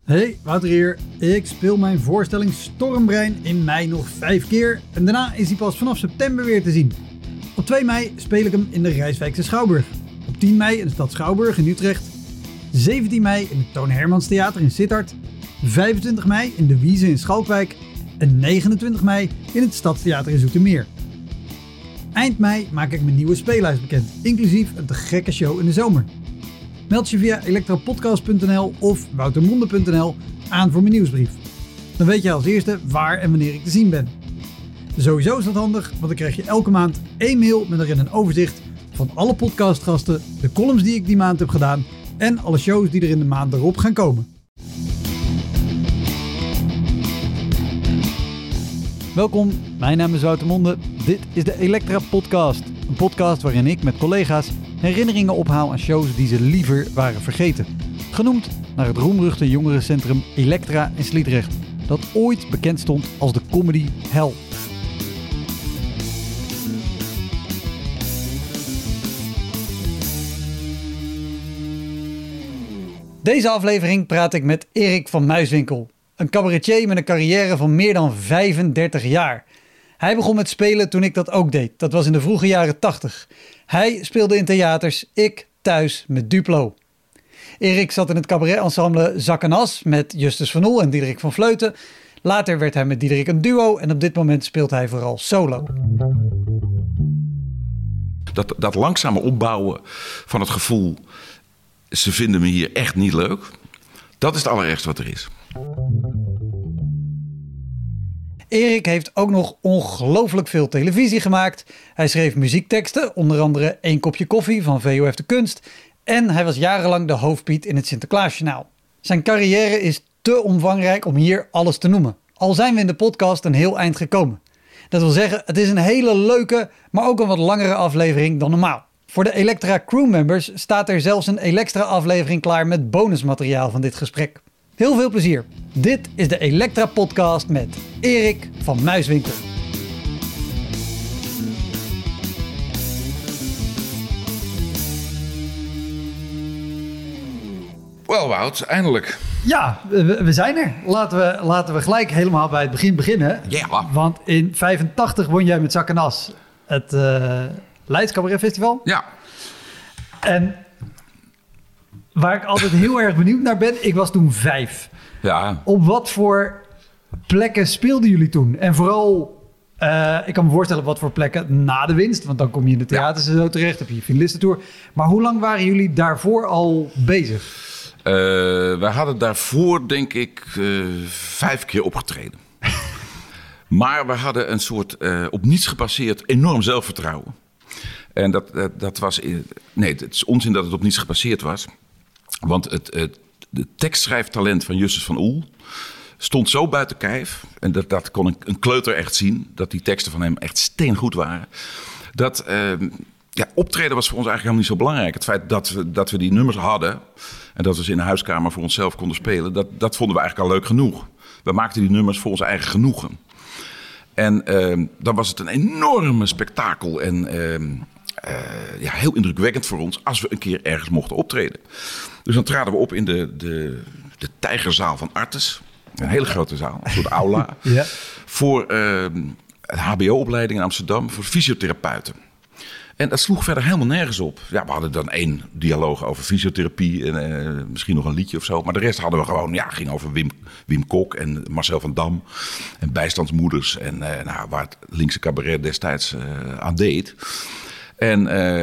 Hey, Wouter hier. Ik speel mijn voorstelling Stormbrein in mei nog 5 keer en daarna is hij pas vanaf september weer te zien. Op 2 mei speel ik hem in de Rijswijkse Schouwburg. Op 10 mei in de stad Schouwburg in Utrecht. 17 mei in het Toon Hermans Theater in Sittard. 25 mei in de Wieze in Schalkwijk. En 29 mei in het Stadstheater in Zoetermeer. Eind mei maak ik mijn nieuwe speellijst bekend, inclusief een te gekke show in de zomer. Meld je via elektrapodcast.nl of woutermonde.nl aan voor mijn nieuwsbrief. Dan weet je als eerste waar en wanneer ik te zien ben. Sowieso is dat handig, want dan krijg je elke maand 1 mail met erin een overzicht van alle podcastgasten, de columns die ik die maand heb gedaan en alle shows die er in de maand erop gaan komen. Welkom, mijn naam is Wouter Monde. Dit is de Elektra Podcast. Een podcast waarin ik met collega's herinneringen ophaal aan shows die ze liever waren vergeten. Genoemd naar het roemruchte jongerencentrum Elektra in Sliedrecht, dat ooit bekend stond als de comedy hell. Deze aflevering praat ik met Erik van Muiswinkel. Een cabaretier met een carrière van meer dan 35 jaar. Hij begon met spelen toen ik dat ook deed. Dat was in de vroege jaren 80. Hij speelde in theaters, ik thuis met Duplo. Erik zat in het cabaret-ensemble Zak en As met Justus van Oel en Diederik van Vleuten. Later werd hij met Diederik een duo en op dit moment speelt hij vooral solo. Dat langzame opbouwen van het gevoel, ze vinden me hier echt niet leuk. Dat is het allerergste wat er is. Erik heeft ook nog ongelooflijk veel televisie gemaakt. Hij schreef muziekteksten, onder andere 1 kopje koffie van VOF de Kunst. En hij was jarenlang de hoofdpiet in het Sinterklaasjournaal. Zijn carrière is te omvangrijk om hier alles te noemen. Al zijn we in de podcast een heel eind gekomen. Dat wil zeggen, het is een hele leuke, maar ook een wat langere aflevering dan normaal. Voor de Elektra crewmembers staat er zelfs een Elektra aflevering klaar met bonusmateriaal van dit gesprek. Heel veel plezier. Dit is de Elektra Podcast met Erik van Muiswinkel. Wel Wout, eindelijk. Ja, we zijn er. Laten we gelijk helemaal bij het begin beginnen. Ja. Want in 85 won jij met Zak en As het Leids Cabaret Festival. Ja. En waar ik altijd heel erg benieuwd naar ben, ik was toen 5. Ja. Op wat voor plekken speelden jullie toen? En vooral, ik kan me voorstellen wat voor plekken na de winst. Want dan kom je in de theaters en zo terecht, heb je je finalistentour. Maar hoe lang waren jullie daarvoor al bezig? Wij hadden daarvoor denk ik 5 keer opgetreden. Maar we hadden een soort op niets gebaseerd enorm zelfvertrouwen. En dat was... Nee, het is onzin dat het op niets gebaseerd was. Want de tekstschrijftalent van Justus van Oel stond zo buiten kijf. En dat kon een kleuter echt zien. Dat die teksten van hem echt steengoed waren. Dat optreden was voor ons eigenlijk helemaal niet zo belangrijk. Het feit dat we die nummers hadden. En dat we ze in de huiskamer voor onszelf konden spelen. Dat vonden we eigenlijk al leuk genoeg. We maakten die nummers voor ons eigen genoegen. En dan was het een enorme spektakel. En heel indrukwekkend voor ons als we een keer ergens mochten optreden. Dus dan traden we op in de Tijgerzaal van Artes. Een hele grote zaal, een soort aula. Ja. Voor een hbo-opleiding in Amsterdam voor fysiotherapeuten. En dat sloeg verder helemaal nergens op. Ja, we hadden dan 1 dialoog over fysiotherapie en misschien nog een liedje of zo. Maar de rest hadden we gewoon, ging over Wim Kok en Marcel van Dam. En bijstandsmoeders en waar het linkse cabaret destijds aan deed. En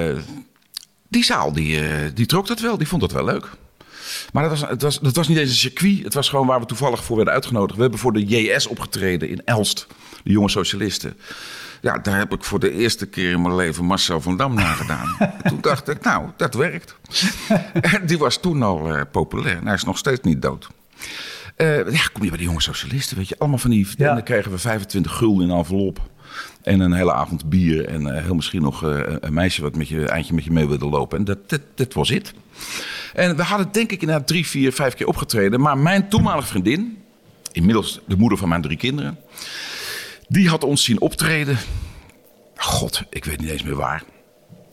die zaal, die trok dat wel, die vond dat wel leuk. Maar dat was niet eens een circuit. Het was gewoon waar we toevallig voor werden uitgenodigd. We hebben voor de JS opgetreden in Elst, de jonge socialisten. Ja, daar heb ik voor de eerste keer in mijn leven Marcel van Dam nagedaan. Toen dacht ik, dat werkt. En die was toen al populair. En hij is nog steeds niet dood. Kom je bij de jonge socialisten, weet je. Allemaal van die... Ja. En dan kregen we 25 gulden in een envelop. En een hele avond bier. En heel misschien nog een meisje wat eindje met je mee wilde lopen. En dat was het. En we hadden denk ik inderdaad 3, 4, 5 keer opgetreden. Maar mijn toenmalige vriendin, inmiddels de moeder van mijn 3 kinderen... die had ons zien optreden. God, ik weet niet eens meer waar.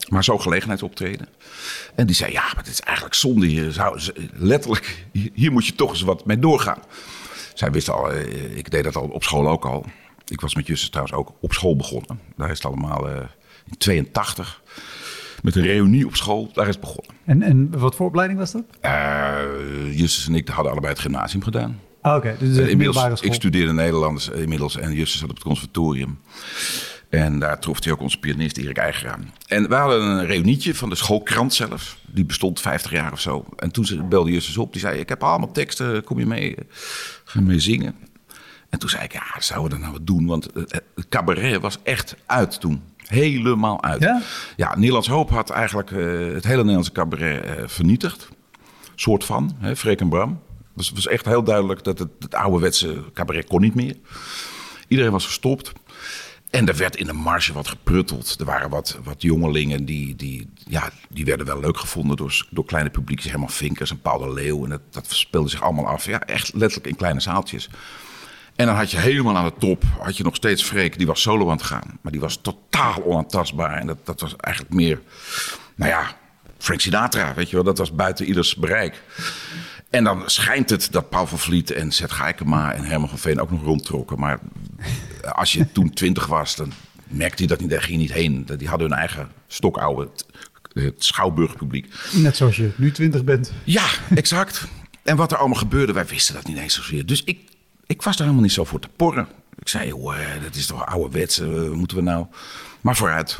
Maar zo gelegenheidsoptreden. En die zei, ja, maar dit is eigenlijk zonde. Letterlijk, hier moet je toch eens wat mee doorgaan. Zij wist al, ik deed dat al op school ook al. Ik was met Justus trouwens ook op school begonnen. Daar is het allemaal in 82. Met een reunie op school, daar is het begonnen. En wat voor opleiding was dat? Justus en ik hadden allebei het gymnasium gedaan. Oké, dus de middelbare school. Ik studeerde Nederlands inmiddels en Justus zat op het conservatorium. En daar trof hij ook onze pianist Erik Eigeraan. En we hadden een reunietje van de schoolkrant zelfs. Die bestond 50 jaar of zo. En toen belde Justus op. Die zei, ik heb allemaal teksten, kom je mee? Ga mee zingen? En toen zei ik, ja, zouden we dat nou wat doen? Want het cabaret was echt uit toen. Helemaal uit. Ja, Nederlands Hoop had eigenlijk het hele Nederlandse cabaret vernietigd. Soort van, Freek en Bram. Dus het was echt heel duidelijk dat het ouderwetse cabaret kon niet meer. Iedereen was gestopt. En er werd in de marge wat geprutteld. Er waren wat jongelingen die werden wel leuk gevonden door kleine publiekjes. Herman Vinkers en Paul de Leeuw. En dat speelde zich allemaal af. Ja, echt letterlijk in kleine zaaltjes. En dan had je helemaal aan de top, had je nog steeds Freek, die was solo aan het gaan. Maar die was totaal onaantastbaar. En dat was eigenlijk meer, Frank Sinatra, weet je wel. Dat was buiten ieders bereik. En dan schijnt het dat Paul van Vliet en Seth Gaikema en Herman van Veen ook nog rondtrokken. Maar als je toen 20 was, dan merkte je dat niet, daar ging je niet heen. Die hadden hun eigen stokoude, het Schouwburgpubliek. Net zoals je nu 20 bent. Ja, exact. En wat er allemaal gebeurde, wij wisten dat niet eens zozeer. Dus ik was daar helemaal niet zo voor te porren. Ik zei, joh, dat is toch ouderwets, moeten we nou... Maar vooruit.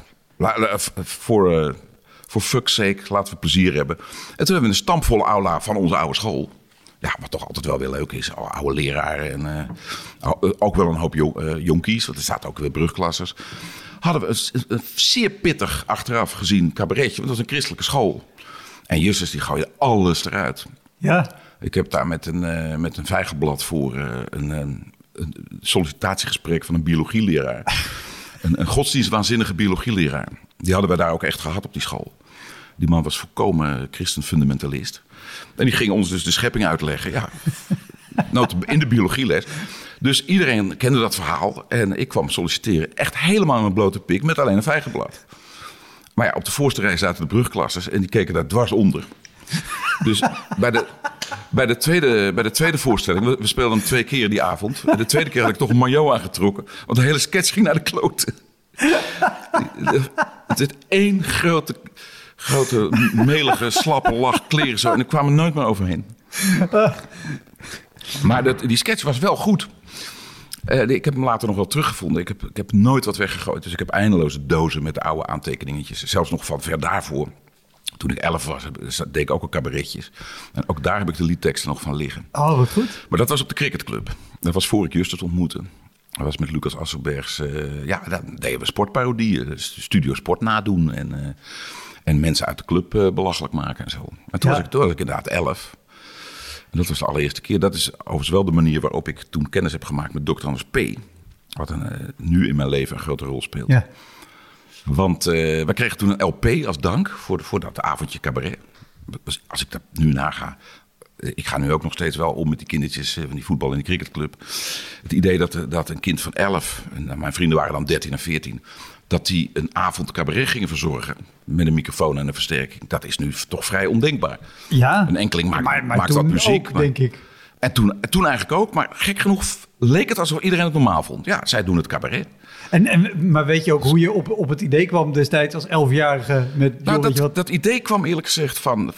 Voor fuck's sake, laten we plezier hebben. En toen hebben we een stampvolle aula van onze oude school. Ja, wat toch altijd wel weer leuk is. Oude leraren en ook wel een hoop jonkies. Want er zaten ook weer brugklassers. Hadden we een zeer pittig achteraf gezien cabaretje. Want dat was een christelijke school. En Justus die gooide alles eruit. Ja. Ik heb daar met een vijgenblad voor een sollicitatiegesprek van een biologieleraar. Een godsdienstwaanzinnige biologieleraar. Die hadden we daar ook echt gehad op die school. Die man was volkomen christenfundamentalist. En die ging ons dus de schepping uitleggen. Ja, in de biologieles. Dus iedereen kende dat verhaal. En ik kwam solliciteren. Echt helemaal in mijn blote pik met alleen een vijgenblad. Maar ja, op de voorste rij zaten de brugklassers. En die keken daar dwars onder. Dus bij de tweede voorstelling, we speelden hem 2 keer die avond. De tweede keer had ik toch een maillot aangetrokken. Want de hele sketch ging naar de kloten. Het is één grote melige, slappe lach, kleren zo. En ik kwam er nooit meer overheen. Maar die sketch was wel goed. Ik heb hem later nog wel teruggevonden. Ik heb nooit wat weggegooid. Dus ik heb eindeloze dozen met de oude aantekeningetjes. Zelfs nog van ver daarvoor. Toen ik 11 was, deed ik ook al cabaretjes. En ook daar heb ik de liedteksten nog van liggen. Oh, wat goed. Maar dat was op de cricketclub. Dat was voor ik Justus ontmoette. Dat was met Lucas Asselbergs. Dan deden we sportparodieën. Studio Sport nadoen. En mensen uit de club belachelijk maken en zo. En toen was ik inderdaad 11. En dat was de allereerste keer. Dat is overigens wel de manier waarop ik toen kennis heb gemaakt met Dr. Anders P. Wat nu in mijn leven een grote rol speelt. Ja. Want we kregen toen een LP als dank voor dat avondje cabaret. Als ik dat nu naga. Ik ga nu ook nog steeds wel om met die kindertjes van die voetbal- en die cricketclub. Het idee dat een kind van 11, en mijn vrienden waren dan 13 en 14... dat die een avond cabaret gingen verzorgen met een microfoon en een versterking. Dat is nu toch vrij ondenkbaar. Ja, een enkeling maakt toen wat muziek. Ook, denk ik. En toen eigenlijk ook. Maar gek genoeg leek het alsof iedereen het normaal vond. Ja, zij doen het cabaret. Maar weet je ook hoe je op het idee kwam destijds als 11-jarige? Dat idee kwam eerlijk gezegd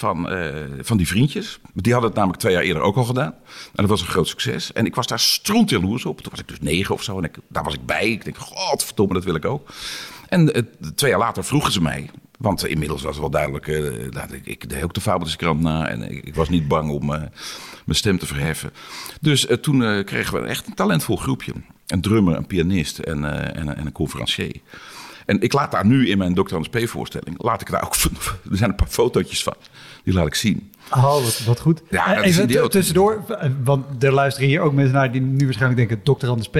van die vriendjes. Die hadden het namelijk 2 jaar eerder ook al gedaan. En dat was een groot succes. En ik was daar strontjaloers op. Toen was ik dus 9 of zo. En daar was ik bij. Ik denk, godverdomme, dat wil ik ook. En 2 jaar later vroegen ze mij. Want inmiddels was het wel duidelijk. Ik deed ook de Fabeltjesche krant na. En ik was niet bang om mijn stem te verheffen. Dus toen kregen we echt een talentvol groepje. Een drummer, een pianist en een conferencier. En ik laat daar nu in mijn Dr. Anders P. voorstelling... laat ik daar ook... Er zijn een paar fotootjes van. Die laat ik zien. Oh, wat goed. Ja, dat is idioot. Tussendoor, want er luisteren hier ook mensen naar... die nu waarschijnlijk denken, Dr. Anders P.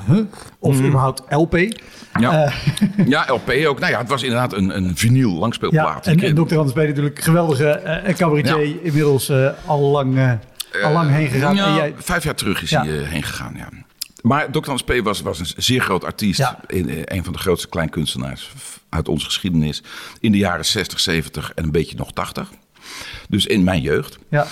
Of überhaupt LP. Ja. Ja, LP ook. Nou ja, het was inderdaad een vinyl langspeelplaat. Ja, en Dr. Anders P. natuurlijk geweldige cabaretier. Ja. Inmiddels al lang heen gegaan. Ja, en jij... 5 jaar terug is hij heen gegaan, ja. Maar Dr. Hans P. was een zeer groot artiest. Ja. Een van de grootste kleinkunstenaars uit onze geschiedenis. In de jaren 60, 70 en een beetje nog 80. Dus in mijn jeugd. Ja.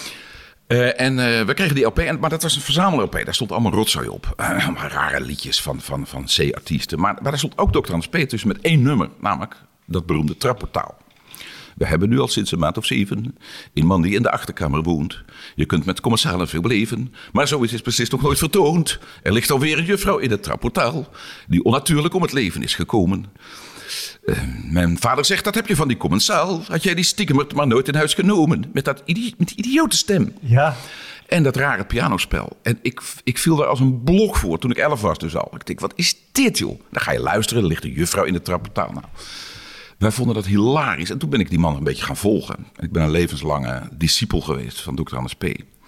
We kregen die LP, maar dat was een verzamel-LP. Daar stond allemaal rotzooi op. Allemaal rare liedjes van C-artiesten. Maar daar stond ook Dr. Hans P. tussen met 1 nummer. Namelijk dat beroemde Trapportaal. We hebben nu al sinds een maand of 7 een man die in de achterkamer woont. Je kunt met commensalen veel beleven, maar zoiets is precies nog nooit vertoond. Er ligt alweer een juffrouw in het trapportaal die onnatuurlijk om het leven is gekomen. Mijn vader zegt, dat heb je van die commensaal. Had jij die stiekem maar nooit in huis genomen? Met die idiote stem. Ja. En dat rare pianospel. En ik viel daar als een blok voor toen ik 11 was dus al. Ik denk, wat is dit joh? Dan ga je luisteren, er ligt een juffrouw in het trapportaal. Nou, wij vonden dat hilarisch. En toen ben ik die man een beetje gaan volgen. Ik ben een levenslange discipel geweest van Dr. Hans P.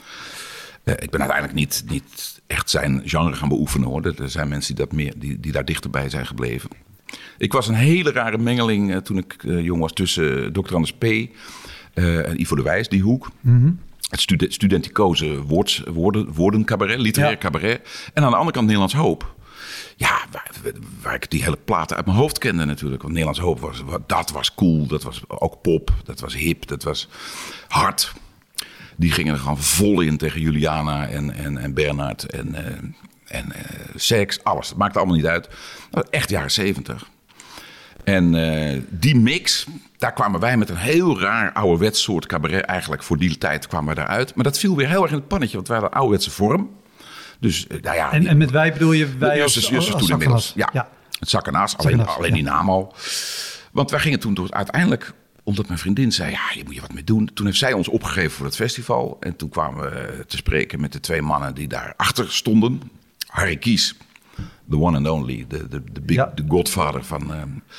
Ik ben uiteindelijk niet echt zijn genre gaan beoefenen hoor. Er zijn mensen die daar dichterbij zijn gebleven. Ik was een hele rare mengeling toen ik jong was tussen Dr. Anders P. En Ivo de Wijs, die hoek. Mm-hmm. Het studenticoze woordencabaret, literair cabaret. En aan de andere kant Nederlands Hoop. Ja, waar ik die hele platen uit mijn hoofd kende natuurlijk. Want Nederlands Hoop was cool, dat was ook pop, dat was hip, dat was hard. Die gingen er gewoon vol in tegen Juliana en Bernhard en seks, alles. Het maakte allemaal niet uit. Echt jaren 70. En die mix, daar kwamen wij met een heel raar ouderwets soort cabaret. Eigenlijk voor die tijd kwamen we daaruit. Maar dat viel weer heel erg in het pannetje, want wij hadden een ouderwetse vorm. Dus, nou ja, en met wij bedoel je wij als toen inmiddels. Ja. Het Zak en As, alleen die naam al. Want wij gingen toen uiteindelijk, omdat mijn vriendin zei, ja, hier moet je wat mee doen. Toen heeft zij ons opgegeven voor het festival. En toen kwamen we te spreken met de 2 mannen die daarachter stonden. Harry Kies, the one and only, de godfather van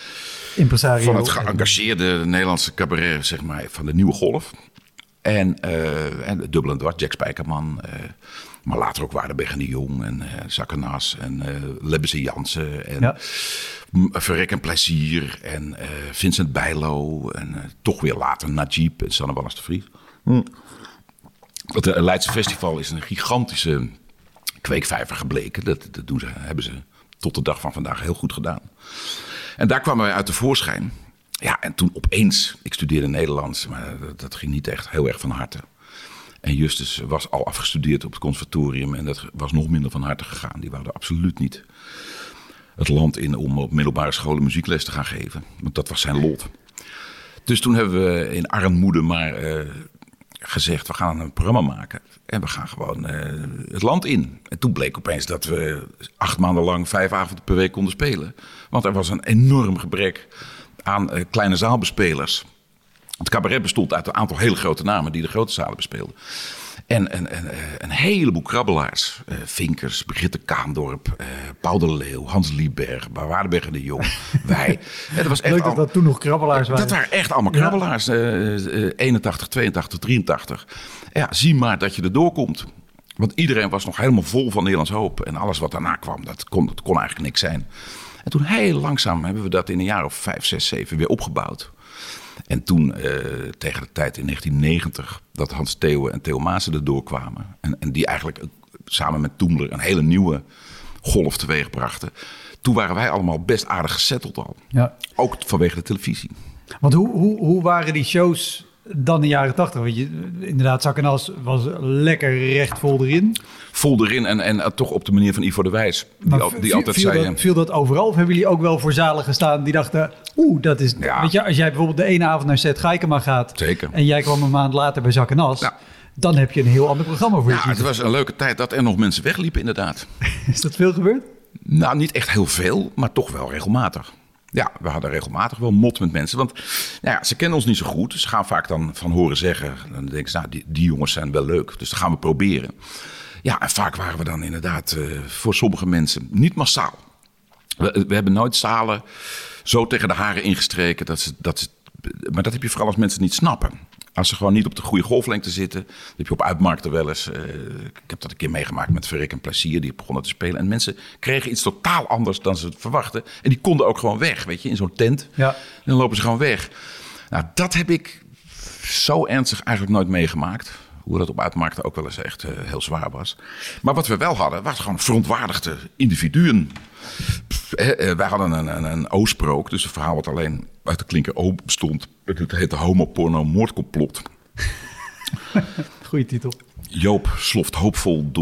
het geëngageerde Nederlandse cabaret, zeg maar, van de nieuwe golf. En Dubbel en Dwars, Jack Spijkerman. Maar later ook Waardenberg en de Jong en Zak en As en Lebbese Jansen en Verrek en Plezier en Vincent Bijlo en toch weer later Najib en Sanne Wallis de Vries. Het Leidse Festival is een gigantische kweekvijver gebleken. Dat hebben ze tot de dag van vandaag heel goed gedaan. En daar kwamen wij uit de voorschijn. Ja, en toen opeens, ik studeerde Nederlands, maar dat ging niet echt heel erg van harte. En Justus was al afgestudeerd op het conservatorium en dat was nog minder van harte gegaan. Die wouden absoluut niet het land in om op middelbare scholen muziekles te gaan geven. Want dat was zijn lot. Dus toen hebben we in armoede maar gezegd, we gaan een programma maken. En we gaan gewoon het land in. En toen bleek opeens dat we 8 maanden lang 5 avonden per week konden spelen. Want er was een enorm gebrek aan kleine zaalbespelers. Het cabaret bestond uit een aantal hele grote namen die de grote zalen bespeelden. En een heleboel krabbelaars. Vinkers, Brigitte Kaandorp, Paul de Leeuw, Hans Lieberg, Waardenberg en de Jong. Wij. Dat was echt leuk dat toen nog krabbelaars waren. Dat waren echt allemaal krabbelaars. 81, 82, 83. Ja, zie maar dat je erdoor komt. Want iedereen was nog helemaal vol van Nederlands Hoop. En alles wat daarna kwam, dat kon eigenlijk niks zijn. En toen heel langzaam hebben we dat in een jaar of 5, 6, 7 weer opgebouwd. En toen, tegen de tijd in 1990, dat Hans Theeuwen en Theo Maassen erdoor kwamen. En die eigenlijk samen met Toemler een hele nieuwe golf teweeg brachten. Toen waren wij allemaal best aardig gesetteld al. Ja. Ook vanwege de televisie. Want hoe waren die shows dan in de jaren 80? Want inderdaad, Zak en As was lekker recht vol erin. Vol erin en toch op de manier van Ivo de Wijs. Die altijd zei... Viel dat overal? Of hebben jullie ook wel voor zalen gestaan die dachten... dat is... Ja. Weet je, als jij bijvoorbeeld de ene avond naar Zet Gaikema gaat... Zeker. En jij kwam een maand later bij Zak en As... Ja. Dan heb je een heel ander programma voor je. Ja, het was een leuke tijd dat er nog mensen wegliepen inderdaad. Is dat veel gebeurd? Nou, niet echt heel veel, maar toch wel regelmatig. Ja, we hadden regelmatig wel mot met mensen. Want nou ja, ze kennen ons niet zo goed. Dus ze gaan vaak dan van horen zeggen. Dan denken ze, nou, die jongens zijn wel leuk. Dus dat gaan we proberen. Ja, en vaak waren we dan inderdaad voor sommige mensen niet massaal. We hebben nooit zalen zo tegen de haren ingestreken. Maar dat heb je vooral als mensen het niet snappen. Als ze gewoon niet op de goede golflengte zitten. Dat heb je op uitmarkten wel eens. Ik heb dat een keer meegemaakt met Verrek en Plezier. Die begonnen te spelen. En mensen kregen iets totaal anders dan ze verwachten. En die konden ook gewoon weg, weet je, in zo'n tent. Ja. En dan lopen ze gewoon weg. Nou, dat heb ik zo ernstig eigenlijk nooit meegemaakt. Hoe dat op uitmaakte ook wel eens echt heel zwaar was. Maar wat we wel hadden, waren gewoon verontwaardigde individuen. Wij hadden een O-sprook, dus een verhaal wat alleen uit de klinker O bestond. Het heette Homoporno Moordcomplot. Goeie titel. Joop sloft hoopvol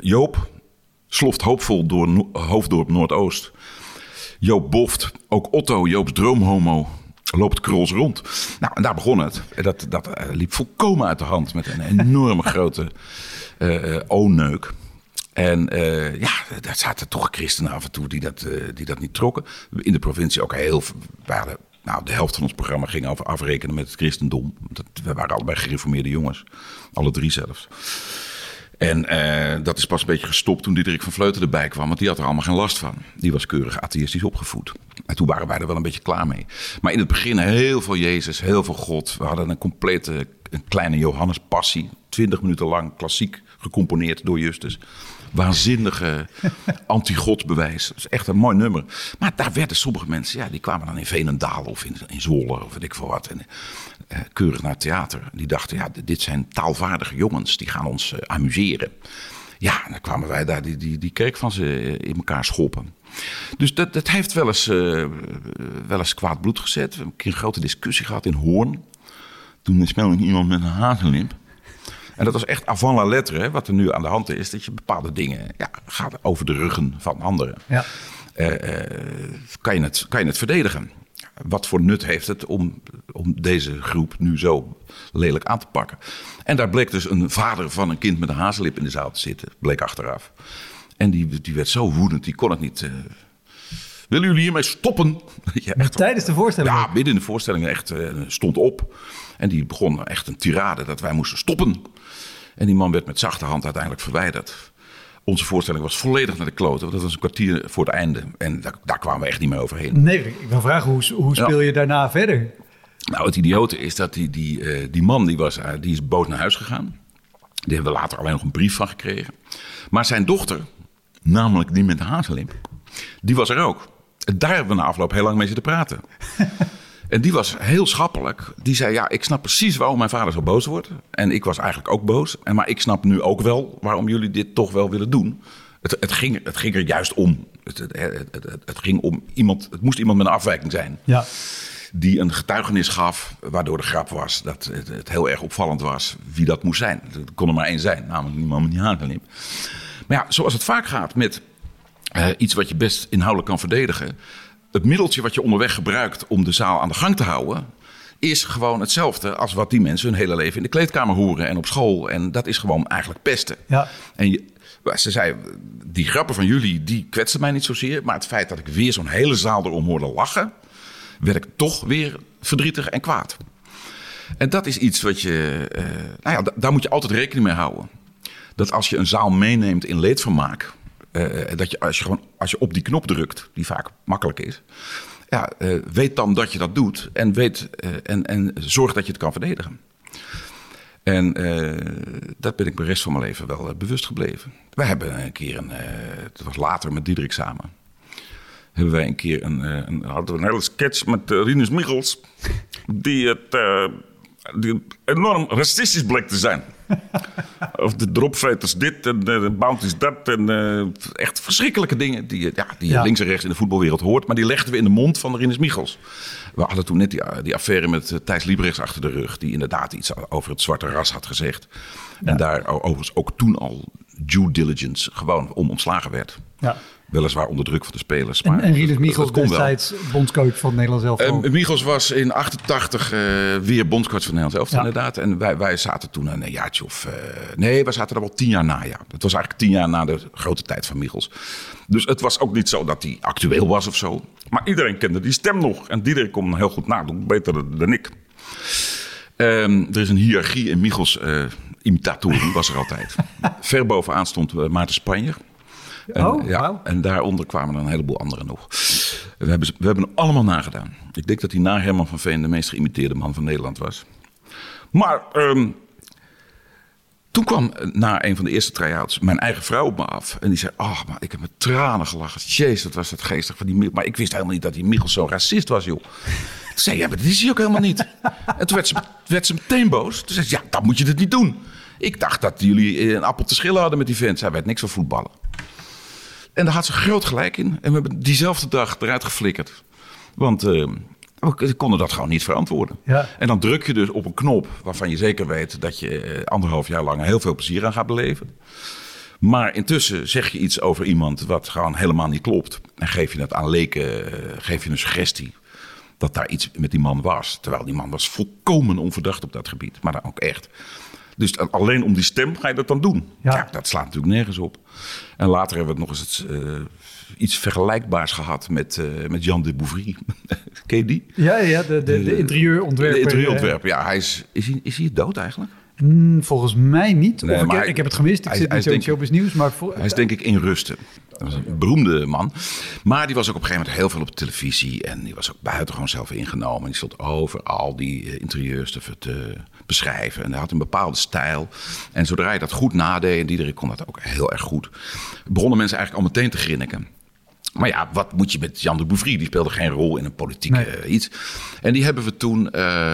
door Hoofddorp Noordoost. Joop boft, ook Otto, Joops droomhomo, loopt krols rond. Nou, en daar begon het. Dat liep volkomen uit de hand met een enorme grote O-neuk. En daar zaten toch christenen af en toe die dat niet trokken. In de provincie ook heel veel. De helft van ons programma ging over afrekenen met het christendom. We waren allebei gereformeerde jongens. Alle drie zelfs. En dat is pas een beetje gestopt toen Diederik van Vleuten erbij kwam. Want die had er allemaal geen last van. Die was keurig atheïstisch opgevoed. En toen waren wij er wel een beetje klaar mee. Maar in het begin heel veel Jezus, heel veel God. We hadden een kleine Johannes Passie. 20 minuten lang, klassiek gecomponeerd door Justus. Waanzinnige anti-godsbewijs. Dat is echt een mooi nummer. Maar daar werden sommige mensen, die kwamen dan in Veenendaal of in Zwolle of weet ik veel wat. En keurig naar het theater. Die dachten, dit zijn taalvaardige jongens. Die gaan ons amuseren. Ja, en dan kwamen wij daar die kerk van ze in elkaar schoppen. Dus dat heeft wel eens kwaad bloed gezet. We hebben een keer een grote discussie gehad in Hoorn. Toen speelde iemand met een hazenlimp. En dat was echt avant la lettre, hè, wat er nu aan de hand is. Dat je bepaalde dingen gaat over de ruggen van anderen. Ja. Kan je het verdedigen? Wat voor nut heeft het om deze groep nu zo lelijk aan te pakken? En daar bleek dus een vader van een kind met een hazenlip in de zaal te zitten. Bleek achteraf. En die werd zo woedend, die kon het niet. Willen jullie hiermee stoppen? Tijdens de voorstelling? Ja, midden in de voorstelling echt stond op. En die begon echt een tirade dat wij moesten stoppen. En die man werd met zachte hand uiteindelijk verwijderd. Onze voorstelling was volledig naar de kloten. Want dat was een kwartier voor het einde. En daar kwamen we echt niet meer overheen. Nee, ik wil vragen, hoe speel je daarna verder? Nou, het idiote is dat die man die is boos naar huis gegaan. Die hebben we later alleen nog een brief van gekregen. Maar zijn dochter, namelijk die met de hazenlimp, die was er ook. En daar hebben we na afloop heel lang mee zitten praten. En die was heel schappelijk. Die zei, ik snap precies waarom mijn vader zo boos wordt. En ik was eigenlijk ook boos. Maar ik snap nu ook wel waarom jullie dit toch wel willen doen. Het ging er juist om. Het ging om iemand. Het moest iemand met een afwijking zijn. Ja. Die een getuigenis gaf, waardoor de grap was dat het heel erg opvallend was wie dat moest zijn. Er kon er maar één zijn, namelijk die man met die hazenlimp. Maar zoals het vaak gaat met iets wat je best inhoudelijk kan verdedigen. Het middeltje wat je onderweg gebruikt om de zaal aan de gang te houden, is gewoon hetzelfde als wat die mensen hun hele leven in de kleedkamer horen en op school. En dat is gewoon eigenlijk pesten. Ja. En ze zei, die grappen van jullie, die kwetsten mij niet zozeer. Maar het feit dat ik weer zo'n hele zaal erom hoorde lachen, werd ik toch weer verdrietig en kwaad. En dat is iets wat je, daar moet je altijd rekening mee houden. Dat als je een zaal meeneemt in leedvermaak, dat je als je op die knop drukt, die vaak makkelijk is, weet dan dat je dat doet en zorg dat je het kan verdedigen. En dat ben ik de rest van mijn leven wel bewust gebleven. Wij hebben een keer het was later met Diederik samen, hebben wij een keer hadden we een hele sketch met Rinus Michels, die enorm racistisch bleek te zijn. Of de dropveters dit en de bounties dat. En echt verschrikkelijke dingen die je links en rechts in de voetbalwereld hoort. Maar die legden we in de mond van Rinus Michels. We hadden toen net die affaire met Thijs Liebrechts achter de rug. Die inderdaad iets over het zwarte ras had gezegd. Ja. En daar overigens ook toen al due diligence gewoon om ontslagen werd. Ja. Weliswaar onder druk van de spelers. Maar en Rinus Michels destijds bondscoach van het Nederlands elftal. Michels was in 88 weer bondscoach van het Nederlands elftal, inderdaad. En wij zaten toen een jaartje of... we zaten er wel 10 jaar na, ja. Het was eigenlijk 10 jaar na de grote tijd van Michels. Dus het was ook niet zo dat hij actueel was of zo. Maar iedereen kende die stem nog. En Diederik kon hem heel goed nadoen, beter dan ik. Er is een hiërarchie in Michels imitatoren, was er altijd. Ver bovenaan stond Maarten Spanjer. En daaronder kwamen er een heleboel anderen nog. We hebben hem allemaal nagedaan. Ik denk dat hij na Herman van Veen de meest geïmiteerde man van Nederland was. Maar toen kwam na een van de eerste try-outs mijn eigen vrouw op me af. En die zei, maar ik heb met tranen gelachen. Jezus, wat was dat geestig van die Michels. Maar ik wist helemaal niet dat die Michels zo'n racist was, joh. Toen zei maar dat is hij ook helemaal niet. En toen werd ze meteen boos. Toen zei ze, dan moet je dit niet doen. Ik dacht dat jullie een appel te schillen hadden met die vent. Hij weet niks van voetballen. En daar had ze groot gelijk in. En we hebben diezelfde dag eruit geflikkerd. Want we konden dat gewoon niet verantwoorden. Ja. En dan druk je dus op een knop waarvan je zeker weet dat je 1,5 jaar lang heel veel plezier aan gaat beleven. Maar intussen zeg je iets over iemand wat gewoon helemaal niet klopt. En geef je het aan leken, geef je een suggestie dat daar iets met die man was. Terwijl die man was volkomen onverdacht op dat gebied. Maar dan ook echt. Dus alleen om die stem ga je dat dan doen. Ja, dat slaat natuurlijk nergens op. En later hebben we nog eens iets vergelijkbaars gehad met Jan de Bouvry. Ken je die? Ja, de interieurontwerper. De interieurontwerper, ja. Is hij dood eigenlijk? Volgens mij niet. Nee, ik heb het gemist. Ik zit niet zo in Showbiz Nieuws. Maar hij is denk ik in rusten. Dat was een beroemde man. Maar die was ook op een gegeven moment heel veel op televisie. En die was ook buitengewoon zelf ingenomen. Die stond over al die interieurs te beschrijven. En hij had een bepaalde stijl. En zodra je dat goed nadeed, en Diederik kon dat ook heel erg goed, begonnen mensen eigenlijk al meteen te grinniken. Maar ja, wat moet je met Jan de Bouvry? Die speelde geen rol in een politieke iets. En die hebben we toen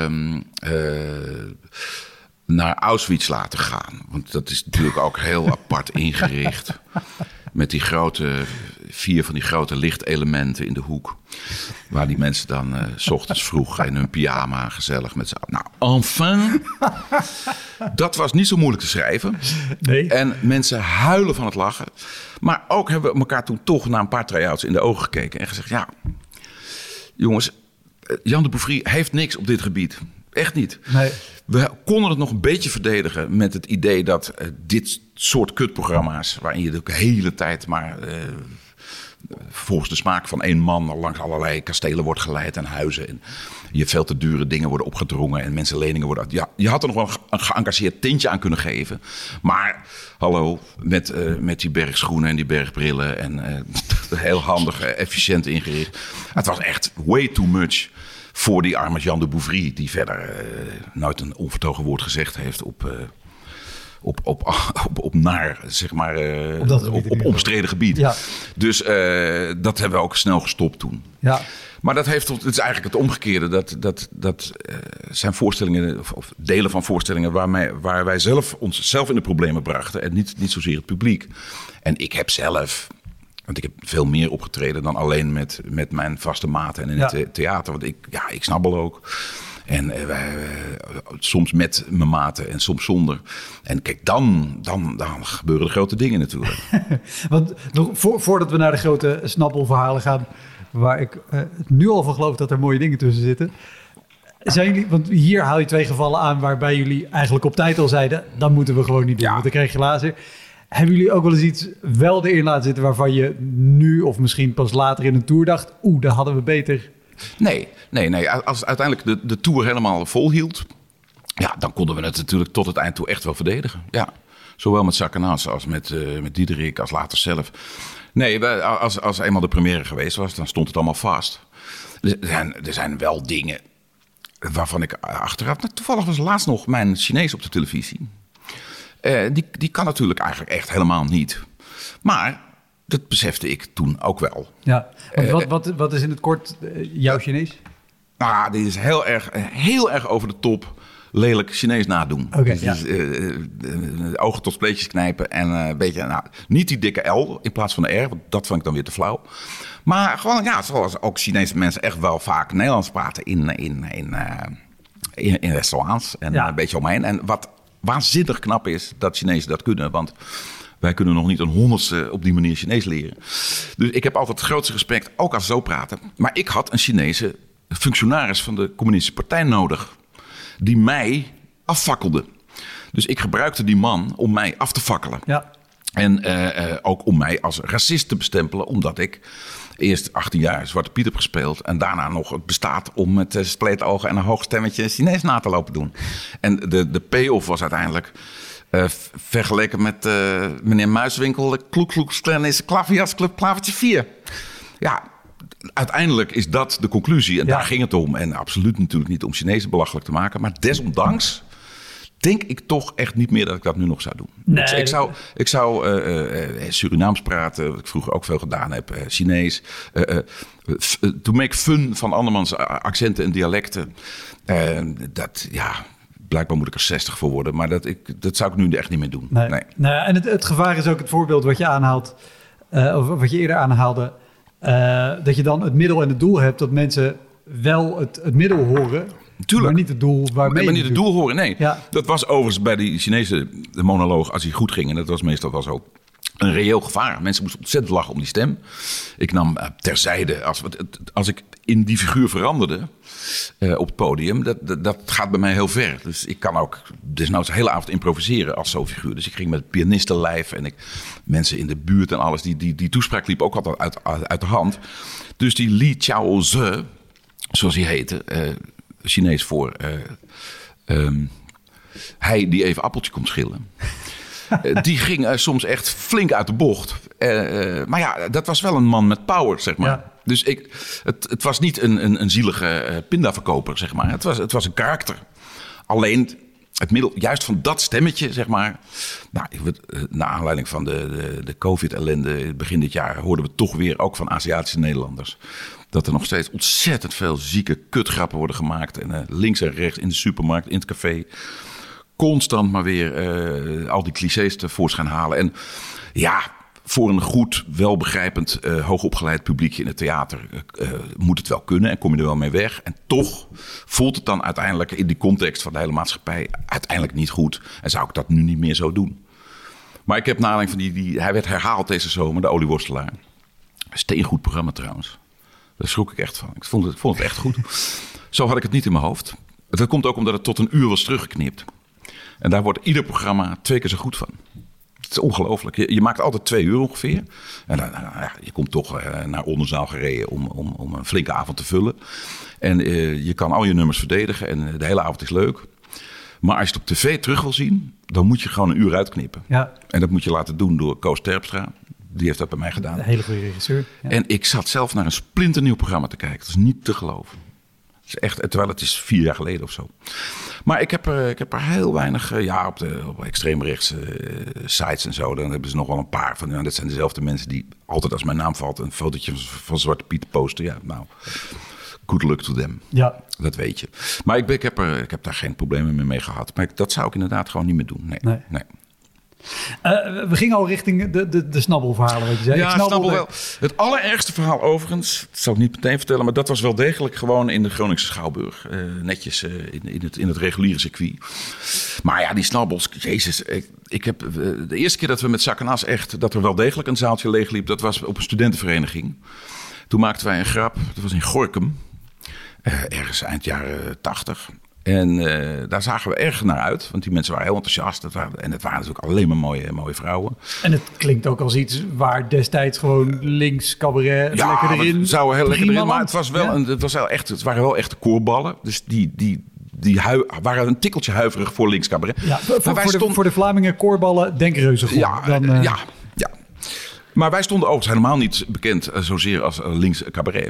naar Auschwitz laten gaan. Want dat is natuurlijk ook heel apart ingericht. Met die 4 van die grote lichtelementen in de hoek. Waar die mensen dan 's ochtends vroeg in hun pyjama gezellig met z'n allen. Nou, enfin. Dat was niet zo moeilijk te schrijven. Nee. En mensen huilen van het lachen. Maar ook hebben we elkaar toen toch na een paar try-outs in de ogen gekeken. En gezegd, ja, jongens, Jan de Bouvry heeft niks op dit gebied. Echt niet. Nee. We konden het nog een beetje verdedigen met het idee dat dit soort kutprogramma's, waarin je de hele tijd maar volgens de smaak van één man langs allerlei kastelen wordt geleid en huizen. En je veel te dure dingen worden opgedrongen en mensen leningen worden. Ja, je had er nog wel een geëngageerd tintje aan kunnen geven. Maar hallo, met die bergschoenen en die bergbrillen en heel handig, efficiënt ingericht. Het was echt way too much voor die arme Jan de Bouvry, die verder nooit een onvertogen woord gezegd heeft op naar, zeg maar, op omstreden gebied. Ja. Dus dat hebben we ook snel gestopt toen. Ja. Maar het is eigenlijk het omgekeerde. Dat zijn voorstellingen, of delen van voorstellingen waar wij onszelf in de problemen brachten. En niet zozeer het publiek. En ik heb zelf, want ik heb veel meer opgetreden dan alleen met mijn vaste maten en in het theater. Want ik snabbel ook. En soms met mijn maten en soms zonder. En kijk, dan gebeuren de grote dingen natuurlijk. Want nog voordat we naar de grote snabbelverhalen gaan, waar ik nu al van geloof dat er mooie dingen tussen zitten. Zijn jullie, want hier haal je 2 gevallen aan waarbij jullie eigenlijk op tijd al zeiden, dat moeten we gewoon niet doen, want dan krijg je lazer. Hebben jullie ook wel eens iets wel erin laten zitten waarvan je nu of misschien pas later in een tour dacht, daar hadden we beter. Nee. Als uiteindelijk de tour helemaal volhield, ja, dan konden we het natuurlijk tot het eind toe echt wel verdedigen. Ja, zowel met Sakkenas als met Diederik, als later zelf. Nee, als eenmaal de première geweest was, dan stond het allemaal vast. Er zijn wel dingen waarvan ik achteraf, toevallig was laatst nog mijn Chinees op de televisie. Die kan natuurlijk eigenlijk echt helemaal niet. Maar dat besefte ik toen ook wel. Ja, wat is in het kort jouw Chinees? Nou, dit is heel erg over de top lelijk Chinees nadoen. Okay, dus, ogen tot spleetjes knijpen en een beetje, niet die dikke L in plaats van de R, want dat vond ik dan weer te flauw. Maar gewoon, zoals ook Chinese mensen echt wel vaak Nederlands praten in restaurants en een beetje omheen. En wat waanzinnig knap is dat Chinezen dat kunnen, want wij kunnen nog niet een 100ste op die manier Chinees leren. Dus ik heb altijd het grootste respect, ook als ze zo praten. Maar ik had een Chinese functionaris van de Communistische Partij nodig, die mij affakkelde. Dus ik gebruikte die man om mij af te fakkelen. Ja. En ook om mij als racist te bestempelen, omdat ik eerst 18 jaar Zwarte Piet heb gespeeld en daarna nog het bestaat om met spleetogen en een hoog stemmetje Chinees na te lopen doen. En de payoff was uiteindelijk vergeleken met meneer Muiswinkel, de Kloek Klan is Klavias Club Klavertje 4. Ja, uiteindelijk is dat de conclusie en daar ging het om. En absoluut natuurlijk niet om Chinezen belachelijk te maken, maar desondanks denk ik toch echt niet meer dat ik dat nu nog zou doen. Nee. Dus ik zou Surinaams praten, wat ik vroeger ook veel gedaan heb, Chinees. To make fun van andermans accenten en dialecten. Blijkbaar moet ik er 60 voor worden. Maar dat zou ik nu echt niet meer doen. Nee. Nou ja, en het gevaar is ook het voorbeeld wat je aanhaalt. Of wat je eerder aanhaalde. Dat je dan het middel en het doel hebt. Dat mensen wel het middel horen. Tuurlijk. Maar niet het doel waarmee. Maar niet het doel horen, nee. Ja. Dat was overigens bij die Chinese monoloog, als hij goed ging. En dat was meestal wel zo. Een reëel gevaar. Mensen moesten ontzettend lachen om die stem. Ik nam terzijde, als ik in die figuur veranderde op het podium, dat gaat bij mij heel ver. Dus ik kan ook desnoods de hele avond improviseren als zo'n figuur. Dus ik ging met pianistenlijf en mensen in de buurt en alles. Die toespraak liep ook altijd uit de hand. Dus die Li Chaozi, zoals hij heette, Chinees voor hij die even appeltje komt schillen. Die ging soms echt flink uit de bocht. Maar ja, dat was wel een man met power, zeg maar. Ja. Dus het was niet een zielige pindaverkoper, zeg maar. Het was een karakter. Alleen het middel, juist van dat stemmetje, zeg maar. Nou, naar aanleiding van de COVID-ellende begin dit jaar hoorden we toch weer ook van Aziatische Nederlanders dat er nog steeds ontzettend veel zieke kutgrappen worden gemaakt. En links en rechts in de supermarkt, in het café. Constant maar weer al die clichés tevoorschijn halen. En ja, voor een goed, welbegrijpend, hoogopgeleid publiekje in het theater moet het wel kunnen en kom je er wel mee weg. En toch voelt het dan uiteindelijk in die context van de hele maatschappij uiteindelijk niet goed. En zou ik dat nu niet meer zo doen. Maar ik heb naar aanleiding van hij werd herhaald deze zomer, de Olieworstelaar. Steengoed programma trouwens. Daar schrok ik echt van. Ik vond het echt goed. Zo had ik het niet in mijn hoofd. Dat komt ook omdat het tot een uur was teruggeknipt. En daar wordt ieder programma 2 keer zo goed van. Het is ongelooflijk. Je maakt altijd 2 uur ongeveer. En je komt toch naar Oldenzaal gereden om een flinke avond te vullen. En je kan al je nummers verdedigen en de hele avond is leuk. Maar als je het op tv terug wil zien, dan moet je gewoon een uur uitknippen. Ja. En dat moet je laten doen door Koos Terpstra. Die heeft dat bij mij gedaan. Een hele goede regisseur. Ja. En ik zat zelf naar een splinternieuw programma te kijken. Dat is niet te geloven. Het is echt, terwijl het is 4 jaar geleden of zo. Maar ik heb er heel weinig, op extreemrechtse sites en zo. Dan hebben ze nog wel een paar van. Dat zijn dezelfde mensen die altijd als mijn naam valt een fotootje van Zwarte Piet posten. Ja, nou, good luck to them. Ja. Dat weet je. Maar ik heb daar geen problemen meer mee gehad. Maar dat zou ik inderdaad gewoon niet meer doen. Nee. We gingen al richting de snabbelverhalen, wat je zei. Ja, snabbel wel. Het allerergste verhaal overigens, dat zal ik niet meteen vertellen, maar dat was wel degelijk gewoon in de Groningse Schouwburg. Netjes in het reguliere circuit. Maar ja, die snabbels, jezus. Ik heb de eerste keer dat we met Zak en As echt, dat er wel degelijk een zaaltje leegliep, dat was op een studentenvereniging. Toen maakten wij een grap, dat was in Gorinchem, ergens eind jaren 80. En daar zagen we erg naar uit. Want die mensen waren heel enthousiast. Het waren natuurlijk alleen maar mooie vrouwen. En het klinkt ook als iets waar destijds gewoon links cabaret lekker erin. Ja, zouden heel lekker erin. Maar het waren wel echte koorballen. Dus die waren een tikkeltje huiverig voor links cabaret. Ja, voor de Vlamingen koorballen, denk reuze goed. Ja. Maar wij stonden overigens helemaal niet bekend zozeer als links cabaret.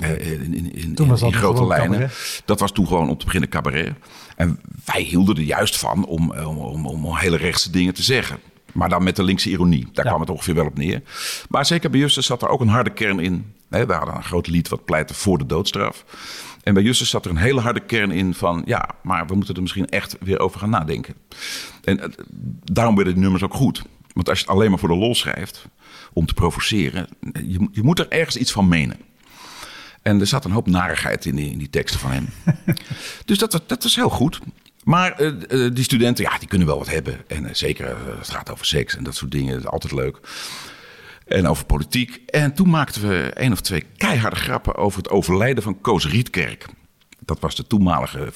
In grote lijnen. Cabaret. Dat was toen gewoon om te beginnen cabaret. En wij hielden er juist van om hele rechtse dingen te zeggen. Maar dan met de linkse ironie. Daar kwam het ongeveer wel op neer. Maar zeker bij Justus zat er ook een harde kern in. We hadden een groot lied wat pleitte voor de doodstraf. En bij Justus zat er een hele harde kern in van... ja, maar we moeten er misschien echt weer over gaan nadenken. En daarom werden die nummers ook goed. Want als je het alleen maar voor de lol schrijft, om te provoceren, je moet er ergens iets van menen. En er zat een hoop narigheid in die teksten van hem. Dus dat was heel goed. Maar die studenten, ja, die kunnen wel wat hebben. En zeker, het gaat over seks en dat soort dingen. Dat is altijd leuk. En over politiek. En toen maakten we 1 of 2 keiharde grappen over het overlijden van Koos Rietkerk. Dat was de toenmalige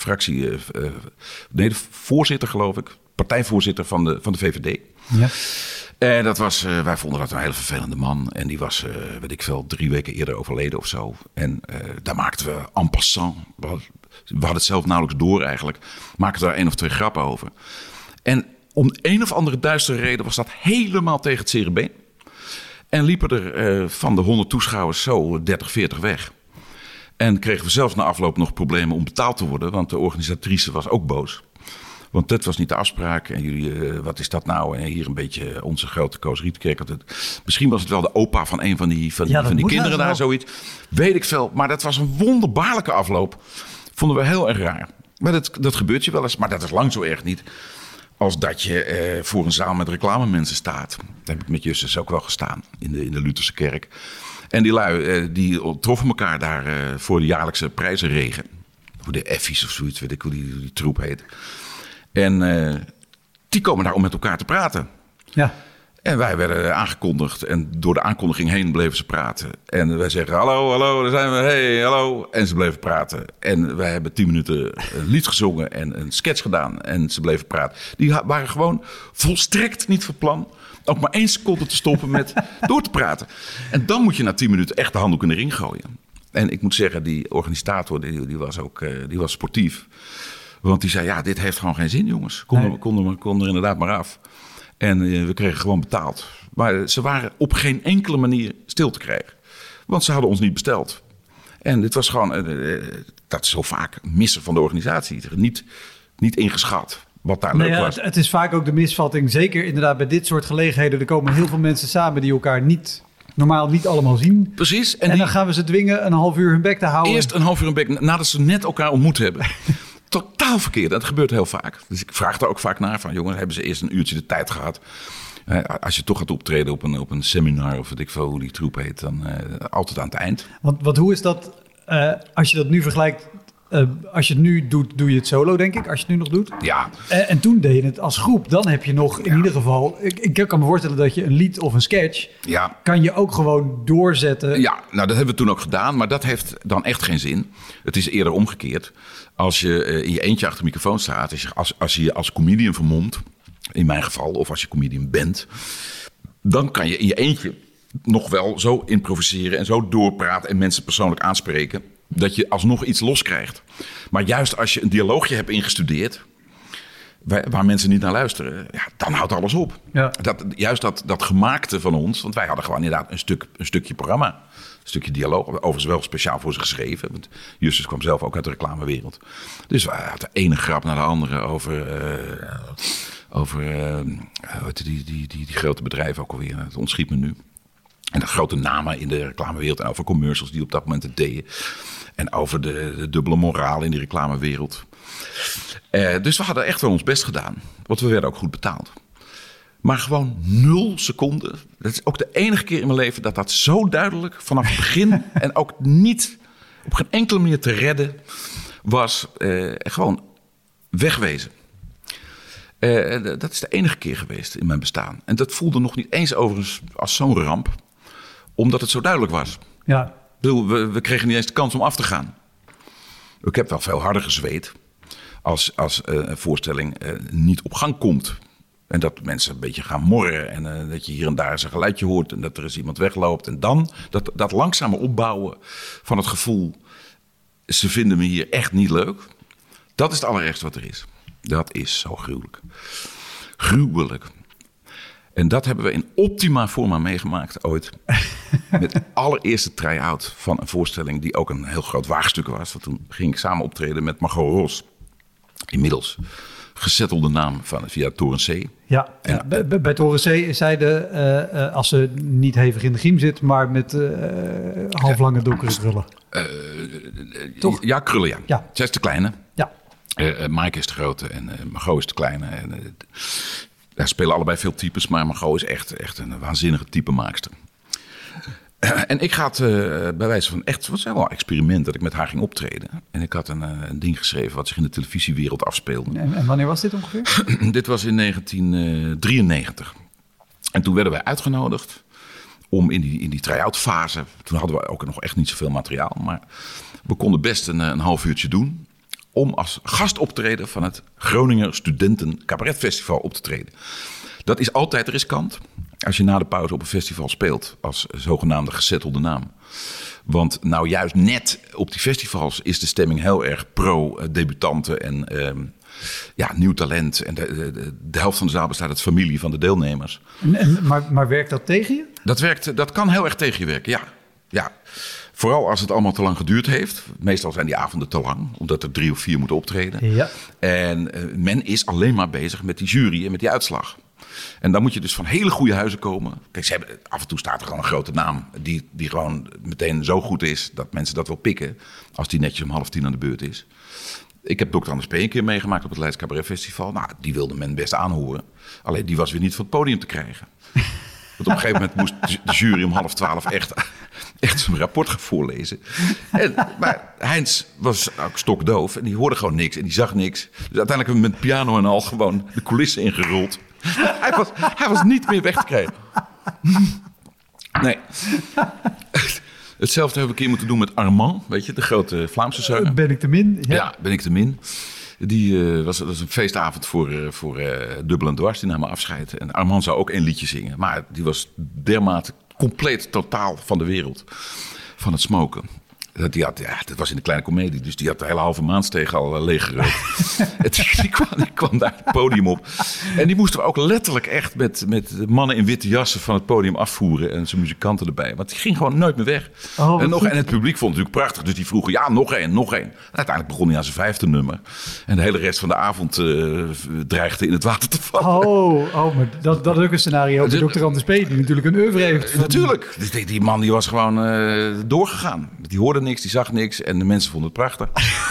de voorzitter, geloof ik. Partijvoorzitter van de VVD. Ja. En dat was, wij vonden dat een hele vervelende man. En die was, 3 weken eerder overleden of zo. En daar maakten we en passant. We hadden het zelf nauwelijks door eigenlijk. Maakten daar 1 of 2 grappen over. En om een of andere duistere reden was dat helemaal tegen het zere been. En liepen er van de 100 toeschouwers zo 30, 40 weg. En kregen we zelfs na afloop nog problemen om betaald te worden. Want de organisatrice was ook boos. Want dat was niet de afspraak. En jullie, wat is dat nou? En hier een beetje onze grote Koos Rietkerk. Misschien was het wel de opa van een van die kinderen daar, zoiets. Weet ik veel. Maar dat was een wonderbaarlijke afloop. Vonden we heel erg raar. Maar dat gebeurt je wel eens. Maar dat is lang zo erg niet als dat je voor een zaal met reclamemensen staat. Daar heb ik met Justus ook wel gestaan in de Lutherse kerk. En die lui die troffen elkaar daar voor de jaarlijkse prijzenregen. Voor de Effies of zoiets, weet ik hoe die troep heet. En die komen daar om met elkaar te praten. Ja. En wij werden aangekondigd en door de aankondiging heen bleven ze praten. En wij zeggen hallo, daar zijn we, hey, hallo. En ze bleven praten. En wij hebben 10 minuten een lied gezongen en een sketch gedaan. En ze bleven praten. Die waren gewoon volstrekt niet van plan ook maar 1 seconde te stoppen met door te praten. En dan moet je na 10 minuten echt de handdoek in de ring gooien. En ik moet zeggen, die organisator die was sportief. Want die zei, ja, dit heeft gewoon geen zin, jongens. Kom er inderdaad maar af. En we kregen gewoon betaald. Maar ze waren op geen enkele manier stil te krijgen. Want ze hadden ons niet besteld. En dit was gewoon, dat is zo vaak missen van de organisatie. Niet ingeschat wat daar leuk was. Het is vaak ook de misvatting, zeker inderdaad bij dit soort gelegenheden. Er komen heel veel mensen samen die elkaar normaal niet allemaal zien. Precies. En dan gaan we ze dwingen een half uur hun bek te houden. Eerst een half uur hun bek, nadat ze net elkaar ontmoet hebben. Totaal verkeerd. Dat gebeurt heel vaak. Dus ik vraag daar ook vaak naar van, jongen, hebben ze eerst een uurtje de tijd gehad? Als je toch gaat optreden op een seminar of weet ik veel hoe die troep heet, dan altijd aan het eind. Want hoe is dat, als je dat nu vergelijkt, als je het nu doet, doe je het solo, denk ik, als je het nu nog doet? Ja. En toen deed je het als groep. Dan heb je nog in ieder geval, ik kan me voorstellen dat je een lied of een sketch, kan je ook gewoon doorzetten. Ja, nou dat hebben we toen ook gedaan, maar dat heeft dan echt geen zin. Het is eerder omgekeerd. Als je in je eentje achter de microfoon staat, als je als comedian vermomt, in mijn geval, of als je comedian bent, dan kan je in je eentje nog wel zo improviseren en zo doorpraten en mensen persoonlijk aanspreken, dat je alsnog iets loskrijgt. Maar juist als je een dialoogje hebt ingestudeerd, waar mensen niet naar luisteren, ja, dan houdt alles op. Ja. Dat gemaakte van ons, want wij hadden gewoon inderdaad een stukje programma. Een stukje dialoog, overigens wel speciaal voor ze geschreven. Want Justus kwam zelf ook uit de reclamewereld. Dus we hadden de ene grap naar de andere over die grote bedrijven ook alweer. Het ontschiet me nu. En de grote namen in de reclamewereld en over commercials die op dat moment het deden. En over de dubbele moraal in die reclamewereld. Dus we hadden echt wel ons best gedaan. Want we werden ook goed betaald. Maar gewoon 0 seconden. Dat is ook de enige keer in mijn leven dat zo duidelijk vanaf het begin en ook niet op geen enkele manier te redden was. Gewoon wegwezen. Dat is de enige keer geweest in mijn bestaan. En dat voelde nog niet eens overigens als zo'n ramp. Omdat het zo duidelijk was. Ja. Ik bedoel, we kregen niet eens de kans om af te gaan. Ik heb wel veel harder gezweet als een voorstelling niet op gang komt. En dat mensen een beetje gaan morren. En dat je hier en daar eens een geluidje hoort. En dat er eens iemand wegloopt. En dan dat langzame opbouwen van het gevoel. Ze vinden me hier echt niet leuk. Dat is het allerergste wat er is. Dat is zo gruwelijk. Gruwelijk. En dat hebben we in optima forma meegemaakt ooit. Met de allereerste try-out van een voorstelling die ook een heel groot waagstuk was. Want toen ging ik samen optreden met Margot Ros. Inmiddels gezettelde naam via Toren C. Ja, bij Toren C is zij als ze niet hevig in de griem zit, maar met halflange donkere krullen. Toch? Ja, krullen, ja. Zij is de kleine. Ja. Mike is de grote en Margot is de kleine. En, daar spelen allebei veel types, maar Margot is echt een waanzinnige typemaakster. En ik had bij wijze van echt, wat zijn wel een experiment, dat ik met haar ging optreden. En ik had een ding geschreven wat zich in de televisiewereld afspeelde. En wanneer was dit ongeveer? Dit was in 1993. En toen werden wij uitgenodigd om in die try-out fase. Toen hadden we ook nog echt niet zoveel materiaal, maar we konden best een half uurtje doen om als gastoptreden van het Groninger Studenten Cabaret Festival op te treden. Dat is altijd riskant als je na de pauze op een festival speelt als zogenaamde gezettelde naam. Want nou juist net op die festivals is de stemming heel erg pro-debutanten en nieuw talent. En de helft van de zaal bestaat uit familie van de deelnemers. Maar werkt dat tegen je? Dat kan heel erg tegen je werken, ja. Vooral als het allemaal te lang geduurd heeft. Meestal zijn die avonden te lang, omdat er 3 of 4 moeten optreden. Ja. En men is alleen maar bezig met die jury en met die uitslag. En dan moet je dus van hele goede huizen komen. Kijk, af en toe staat er gewoon een grote naam die gewoon meteen zo goed is dat mensen dat wel pikken als die netjes om 9:30 aan de beurt is. Ik heb Dr. Anders P. een keer meegemaakt op het Leids Cabaret Festival. Nou, die wilde men best aanhoren. Alleen die was weer niet van het podium te krijgen. Want op een gegeven moment moest de jury om 11:30 echt zijn rapport gaan voorlezen. Maar Heinz was ook stokdoof en die hoorde gewoon niks en die zag niks. Dus uiteindelijk hebben we met piano en al gewoon de coulissen ingerold. Hij was niet meer weg te krijgen. Nee. Hetzelfde hebben we een keer moeten doen met Armand, weet je, de grote Vlaamse zanger. Ben ik te min? Ja, Ben ik te min. Dat was een feestavond voor Dubbel en Dwars, die nam afscheid. En Armand zou ook 1 liedje zingen. Maar die was dermate compleet totaal van de wereld. Van het smoken. Dat was in de Kleine Comedie. Dus die had de hele halve maandsteeg al leeggerookt. die kwam daar het podium op. En die moesten we ook letterlijk echt met mannen in witte jassen van het podium afvoeren. En zijn muzikanten erbij. Want die ging gewoon nooit meer weg. En het publiek vond het natuurlijk prachtig. Dus die vroegen, ja, nog één. En uiteindelijk begon hij aan zijn 5e nummer. En de hele rest van de avond dreigde in het water te vallen. Maar dat is ook een scenario bij Dr. Anders P. Die natuurlijk een oeuvre heeft. Natuurlijk. Die man die was gewoon doorgegaan. Die hoorde niks, die zag niks en de mensen vonden het prachtig.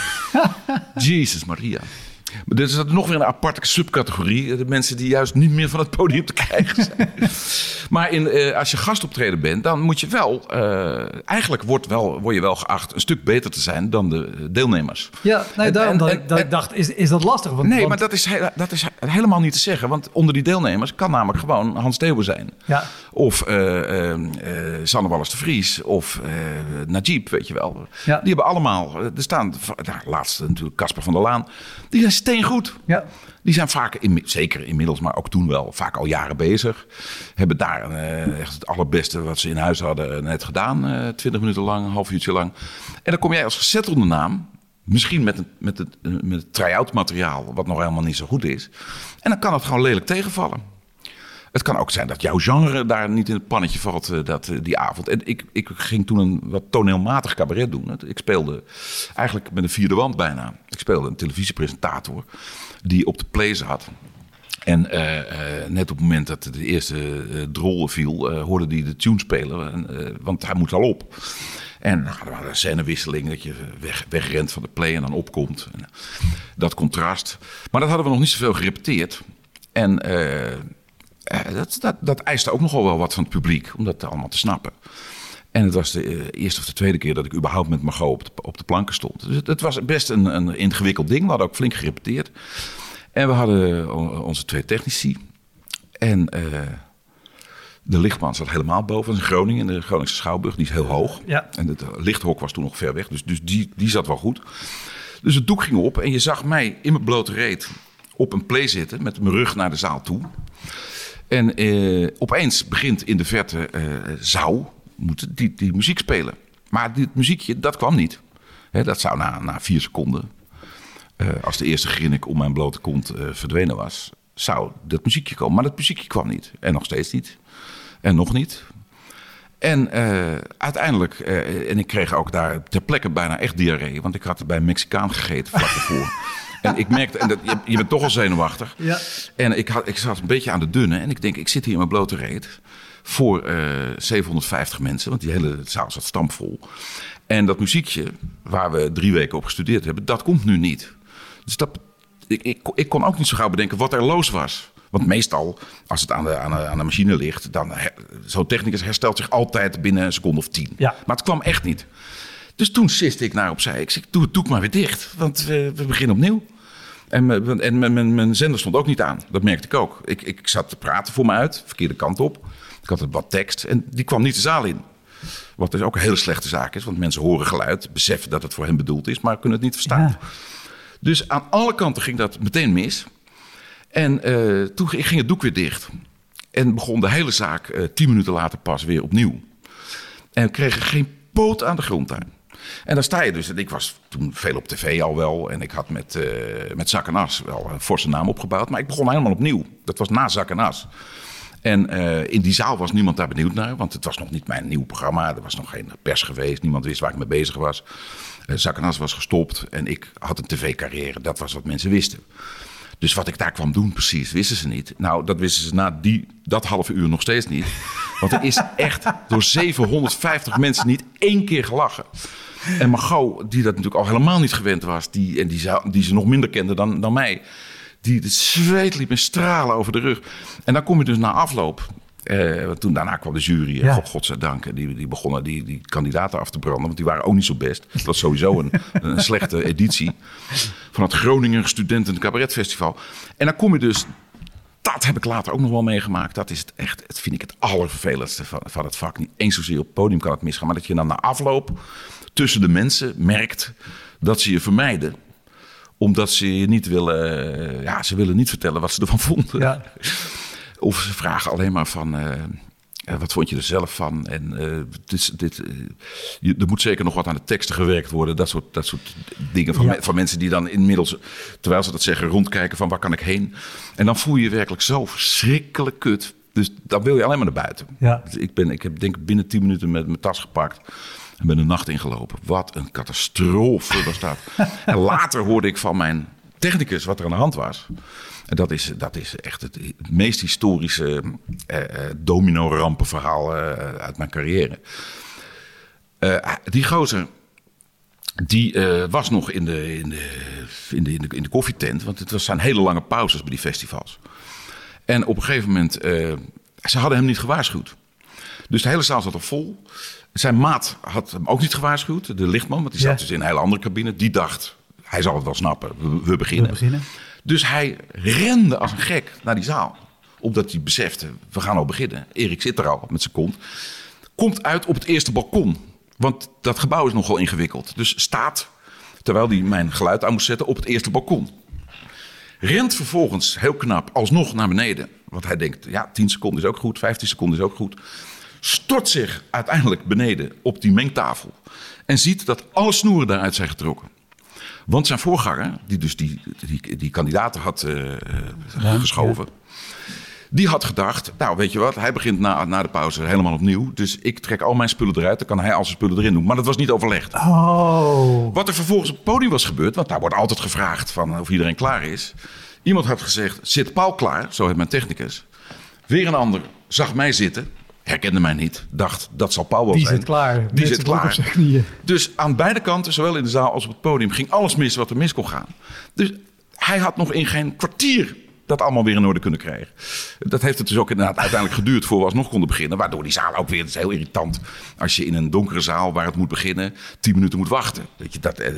Jezus Maria. Maar dit is nog weer een aparte subcategorie. De mensen die juist niet meer van het podium te krijgen zijn. Maar als je gastoptreden bent, dan moet je wel... eigenlijk word je wel geacht een stuk beter te zijn dan de deelnemers. Ja, ik dacht, is dat lastig? Maar dat is helemaal niet te zeggen. Want onder die deelnemers kan namelijk gewoon Hans Theeuwen zijn. Ja. Of Sanne Wallis de Vries. Of Najib, weet je wel. Ja. Die hebben allemaal... Er staan, laatst natuurlijk Casper van der Laan. Die zijn steengoed. Ja. Die zijn vaak, zeker inmiddels, maar ook toen wel, vaak al jaren bezig. Hebben daar echt het allerbeste wat ze in huis hadden net gedaan. 20 minuten lang, een half uurtje lang. En dan kom jij als gezettelde naam, misschien met het try-out materiaal, wat nog helemaal niet zo goed is. En dan kan het gewoon lelijk tegenvallen. Het kan ook zijn dat jouw genre daar niet in het pannetje valt die avond. En ik ging toen een wat toneelmatig cabaret doen. Ik speelde eigenlijk met een 4e wand bijna. Ik speelde een televisiepresentator die op de play zat. En net op het moment dat de eerste drol viel, hoorde hij de tune spelen. Want hij moet al op. En dan hadden we een scènewisseling dat je wegrent van de play en dan opkomt. En, dat contrast. Maar dat hadden we nog niet zoveel gerepeteerd. En... Dat eiste ook nogal wel wat van het publiek, om dat allemaal te snappen. En het was de eerste of de tweede keer dat ik überhaupt met Margot op de planken stond. Dus het was best een ingewikkeld ding. We hadden ook flink gerepeteerd. En we hadden onze 2 technici. En de lichtman zat helemaal boven in Groningen, in de Groningse Schouwburg. Die is heel hoog. Ja. En het lichthok was toen nog ver weg, dus die zat wel goed. Dus het doek ging op en je zag mij in mijn blote reet op een play zitten met mijn rug naar de zaal toe. En opeens begint in de verte moeten die muziek spelen. Maar dit muziekje, dat kwam niet. Dat zou na 4 seconden, als de eerste grinnik om mijn blote kont verdwenen was, zou dat muziekje komen. Maar dat muziekje kwam niet. En nog steeds niet. En nog niet. En uiteindelijk, en ik kreeg ook daar ter plekke bijna echt diarree. Want ik had bij een Mexicaan gegeten vlak ervoor. En ik merkte, en je bent toch al zenuwachtig. Ja. En ik zat een beetje aan de dunne. En ik denk, ik zit hier in mijn blote reet voor 750 mensen. Want die hele zaal zat stampvol. En dat muziekje, waar we 3 weken op gestudeerd hebben, dat komt nu niet. Dus ik kon ook niet zo gauw bedenken wat er los was. Want meestal, als het aan de machine ligt, dan zo'n technicus herstelt zich altijd binnen een seconde of 10. Ja. Maar het kwam echt niet. Dus toen siste ik naar opzij. Ik zei, doe het doek maar weer dicht, want we beginnen opnieuw. En mijn zender stond ook niet aan. Dat merkte ik ook. Ik zat te praten voor me uit, verkeerde kant op. Ik had wat tekst en die kwam niet de zaal in. Wat dus ook een hele slechte zaak is, want mensen horen geluid, beseffen dat het voor hen bedoeld is, maar kunnen het niet verstaan. Ja. Dus aan alle kanten ging dat meteen mis. En toen ging het doek weer dicht. En begon de hele zaak 10 minuten later pas weer opnieuw. En we kregen geen poot aan de grond daar. En dan sta je dus. En ik was toen veel op tv al wel. En ik had met Zak en As wel een forse naam opgebouwd. Maar ik begon helemaal opnieuw. Dat was na Zak en As. En in die zaal was niemand daar benieuwd naar. Want het was nog niet mijn nieuw programma. Er was nog geen pers geweest. Niemand wist waar ik mee bezig was. Zak en As was gestopt. En ik had een tv-carrière. Dat was wat mensen wisten. Dus wat ik daar kwam doen precies, wisten ze niet. Nou, dat wisten ze na dat half uur nog steeds niet. Want er is echt door 750 mensen niet 1 keer gelachen. En Margot, die dat natuurlijk al helemaal niet gewend was... die ze nog minder kende dan mij... die het zweet liep me stralen over de rug. En dan kom je dus na afloop... toen daarna kwam de jury, godzijdank... en die begonnen die kandidaten af te branden... want die waren ook niet zo best. Het was sowieso een slechte editie... van het Groninger Studenten Cabaretfestival. En dan kom je dus... Dat heb ik later ook nog wel meegemaakt. Dat is het vind ik het allervervelendste van het vak. Niet eens zozeer op het podium kan het misgaan... maar dat je dan na afloop tussen de mensen merkt... dat ze je vermijden... omdat ze je niet willen... ze willen niet vertellen wat ze ervan vonden. Ja. Of ze vragen alleen maar van... wat vond je er zelf van? En er moet zeker nog wat aan de teksten gewerkt worden. Dat soort dingen van mensen die dan inmiddels... terwijl ze dat zeggen, rondkijken van waar kan ik heen? En dan voel je je werkelijk zo verschrikkelijk kut. Dus dan wil je alleen maar naar buiten. Ja. Dus ik heb denk ik binnen 10 minuten met mijn tas gepakt... en ben de nacht ingelopen. Wat een catastrofe was dat. En later hoorde ik van mijn technicus wat er aan de hand was... En dat is echt het meest historische domino-rampenverhaal uit mijn carrière. Die gozer, die was nog in de koffietent. Want het zijn hele lange pauzes bij die festivals. En op een gegeven moment, ze hadden hem niet gewaarschuwd. Dus de hele zaal zat er vol. Zijn maat had hem ook niet gewaarschuwd, de lichtman. Want die zat dus in een hele andere cabine. Die dacht, hij zal het wel snappen, we beginnen. Dus hij rende als een gek naar die zaal. Omdat hij besefte, we gaan al beginnen. Erik zit er al met zijn kont. Komt uit op het eerste balkon. Want dat gebouw is nogal ingewikkeld. Dus staat, terwijl hij mijn geluid aan moest zetten, op het eerste balkon. Rent vervolgens heel knap alsnog naar beneden. Want hij denkt, 10 seconden is ook goed, 15 seconden is ook goed. Stort zich uiteindelijk beneden op die mengtafel. En ziet dat alle snoeren daaruit zijn getrokken. Want zijn voorganger, die dus die kandidaten had geschoven... die had gedacht, nou weet je wat, hij begint na de pauze helemaal opnieuw. Dus ik trek al mijn spullen eruit, dan kan hij al zijn spullen erin doen. Maar dat was niet overlegd. Oh. Wat er vervolgens op het podium was gebeurd... want daar wordt altijd gevraagd van of iedereen klaar is. Iemand had gezegd, zit Paul klaar? Zo heeft mijn technicus. Weer een ander zag mij zitten... herkende mij niet, dacht dat zal Paul wel zijn. Die zit klaar. Dus aan beide kanten, zowel in de zaal als op het podium... ging alles mis wat er mis kon gaan. Dus hij had nog in geen kwartier dat allemaal weer in orde kunnen krijgen. Dat heeft het dus ook inderdaad uiteindelijk geduurd... voor we alsnog konden beginnen. Waardoor die zaal ook weer, het is heel irritant... als je in een donkere zaal waar het moet beginnen... 10 minuten moet wachten. Weet je, dat,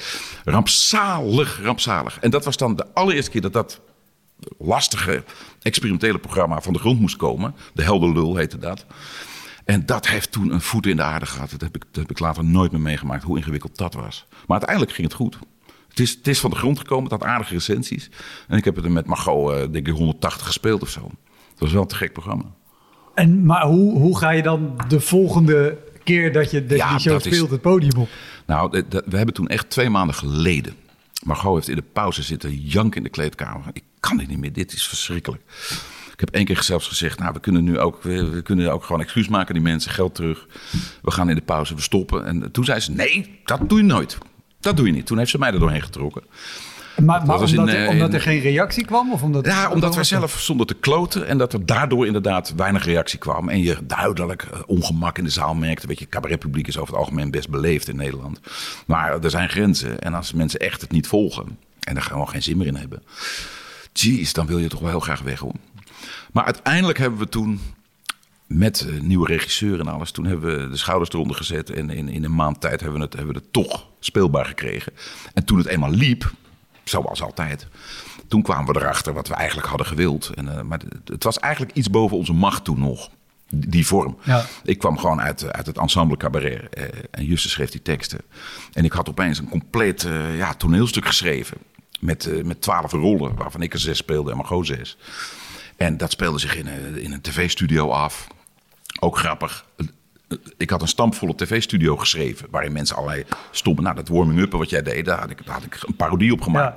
rampzalig. En dat was dan de allereerste keer dat lastige experimentele programma van de grond moest komen. De Helder Lul heette dat. En dat heeft toen een voet in de aarde gehad. Dat heb ik later nooit meer meegemaakt, hoe ingewikkeld dat was. Maar uiteindelijk ging het goed. Het is van de grond gekomen, het had aardige recensies. En ik heb het er met Margot, denk ik, 180 gespeeld of zo. Dat was wel een te gek programma. Maar hoe ga je dan de volgende keer dat je die show speelt het podium op? Nou, we hebben toen echt 2 maanden geleden... Margot heeft in de pauze zitten janken in de kleedkamer. Ik kan dit niet meer, dit is verschrikkelijk. Ik heb 1 keer zelfs gezegd, nou, we kunnen ook gewoon excuus maken, die mensen, geld terug. We gaan in de pauze, we stoppen. En toen zei ze, nee, dat doe je nooit. Dat doe je niet. Toen heeft ze mij er doorheen getrokken. Maar omdat er geen reactie kwam? Of omdat wij zelf stonden te kloten en dat er daardoor inderdaad weinig reactie kwam. En je duidelijk ongemak in de zaal merkte. Weet je, cabaretpubliek is over het algemeen best beleefd in Nederland. Maar er zijn grenzen. En als mensen echt het niet volgen en er gewoon geen zin meer in hebben. Dan wil je toch wel heel graag weg, hoor. Maar uiteindelijk hebben we toen met nieuwe regisseur en alles... toen hebben we de schouders eronder gezet. En in een maand tijd hebben we het toch speelbaar gekregen. En toen het eenmaal liep... zoals altijd. Toen kwamen we erachter wat we eigenlijk hadden gewild. Maar het was eigenlijk iets boven onze macht toen nog. Die vorm. Ja. Ik kwam gewoon uit het ensemble cabaret. En Justus schreef die teksten. En ik had opeens een compleet toneelstuk geschreven. Met 12 rollen. Waarvan ik er 6 speelde en Margot 6. En dat speelde zich in een tv-studio af. Ook grappig. Ik had een stampvolle tv-studio geschreven... waarin mensen allerlei stonden. Nou, dat warming-up wat jij deed, daar had ik een parodie op gemaakt.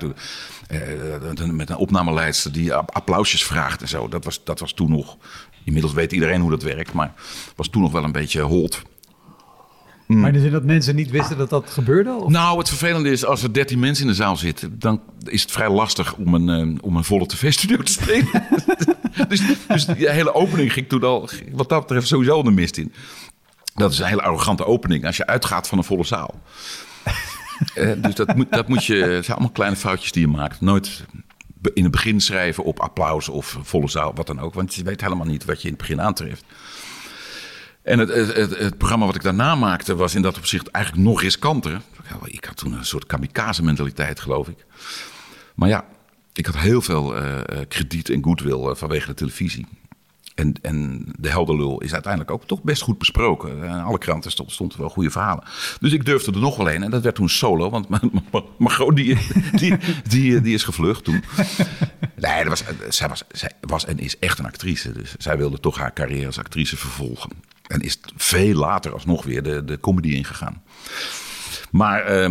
Ja. Met een opnameleidster die applausjes vraagt en zo. Dat was toen nog... Inmiddels weet iedereen hoe dat werkt... maar was toen nog wel een beetje hot. Maar in de zin dat mensen niet wisten dat dat gebeurde? Of? Nou, het vervelende is, als er 13 mensen in de zaal zitten... dan is het vrij lastig om een volle tv-studio te spelen. dus die hele opening ging toen al... wat dat betreft sowieso de mist in. Dat is een hele arrogante opening als je uitgaat van een volle zaal. Dus dat moet je... Het zijn allemaal kleine foutjes die je maakt. Nooit in het begin schrijven op applaus of volle zaal, wat dan ook. Want je weet helemaal niet wat je in het begin aantreft. En het programma wat ik daarna maakte was in dat opzicht eigenlijk nog riskanter. Ik had toen een soort kamikaze-mentaliteit, geloof ik. Maar ja, ik had heel veel krediet en goodwill vanwege de televisie. En de helderlul is uiteindelijk ook toch best goed besproken. In alle kranten stonden wel goede verhalen. Dus ik durfde er nog wel een. En dat werd toen Solo. Want Margot die is gevlucht toen. Nee, zij was en is echt een actrice. Dus zij wilde toch haar carrière als actrice vervolgen. En is veel later alsnog weer de comedy ingegaan. Maar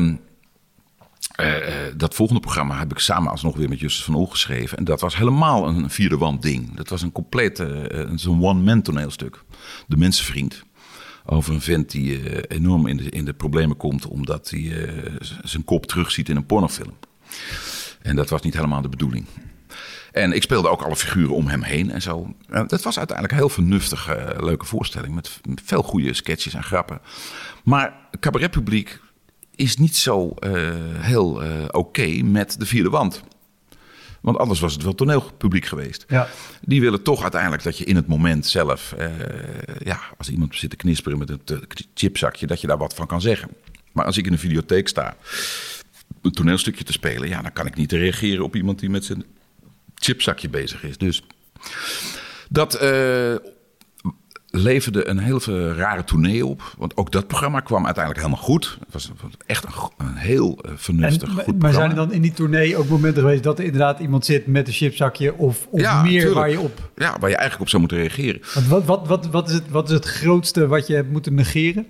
dat volgende programma heb ik samen alsnog weer met Justus van Oel geschreven. En dat was helemaal een vierde wand ding. Dat was een compleet een one-man toneelstuk. De Mensenvriend. Over een vent die enorm in de problemen komt omdat hij zijn kop terugziet in een pornofilm. En dat was niet helemaal de bedoeling. En ik speelde ook alle figuren om hem heen en zo. Dat was uiteindelijk een heel vernuftige, leuke voorstelling. Met veel goede sketches en grappen. Maar het cabaretpubliek is niet zo heel oké met de vierde wand. Want anders was het wel toneelpubliek geweest. Ja. Die willen toch uiteindelijk dat je in het moment zelf... als iemand zit te knisperen met het chipzakje... dat je daar wat van kan zeggen. Maar als ik in een videotheek sta... een toneelstukje te spelen... ja, dan kan ik niet reageren op iemand die met zijn chipzakje bezig is. Dus dat leverde een heel rare tournee op. Want ook dat programma kwam uiteindelijk helemaal goed. Het was echt een heel goed programma. Maar zijn er dan in die tournee ook momenten geweest... dat er inderdaad iemand zit met een chipzakje of meer tuurlijk. Waar je op... Ja, waar je eigenlijk op zou moeten reageren. Wat is het grootste wat je hebt moeten negeren?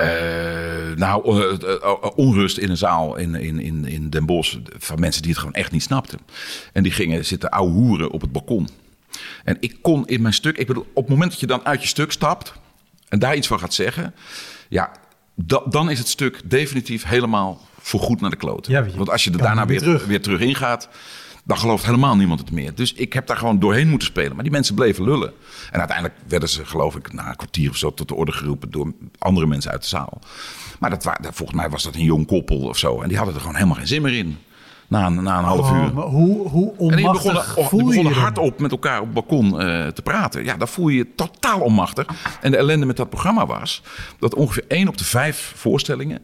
Onrust in een zaal in Den Bosch... van mensen die het gewoon echt niet snapten. En die gingen zitten ouwehoeren op het balkon. En ik kon in mijn stuk... Ik bedoel, op het moment dat je dan uit je stuk stapt... en daar iets van gaat zeggen... ja, dan is het stuk definitief helemaal voorgoed naar de kloot. Ja, want als je er daarna weer terug ingaat... dan gelooft helemaal niemand het meer. Dus ik heb daar gewoon doorheen moeten spelen. Maar die mensen bleven lullen. En uiteindelijk werden ze, geloof ik... na een kwartier of zo tot de orde geroepen... door andere mensen uit de zaal. Maar volgens mij was dat een jong koppel of zo. En die hadden er gewoon helemaal geen zin meer in. Na een half uur. Maar hoe onmachtig en die begonnen hardop met elkaar op het balkon te praten. Ja, dan voel je je totaal onmachtig. En de ellende met dat programma was... dat ongeveer 1 op de 5 voorstellingen...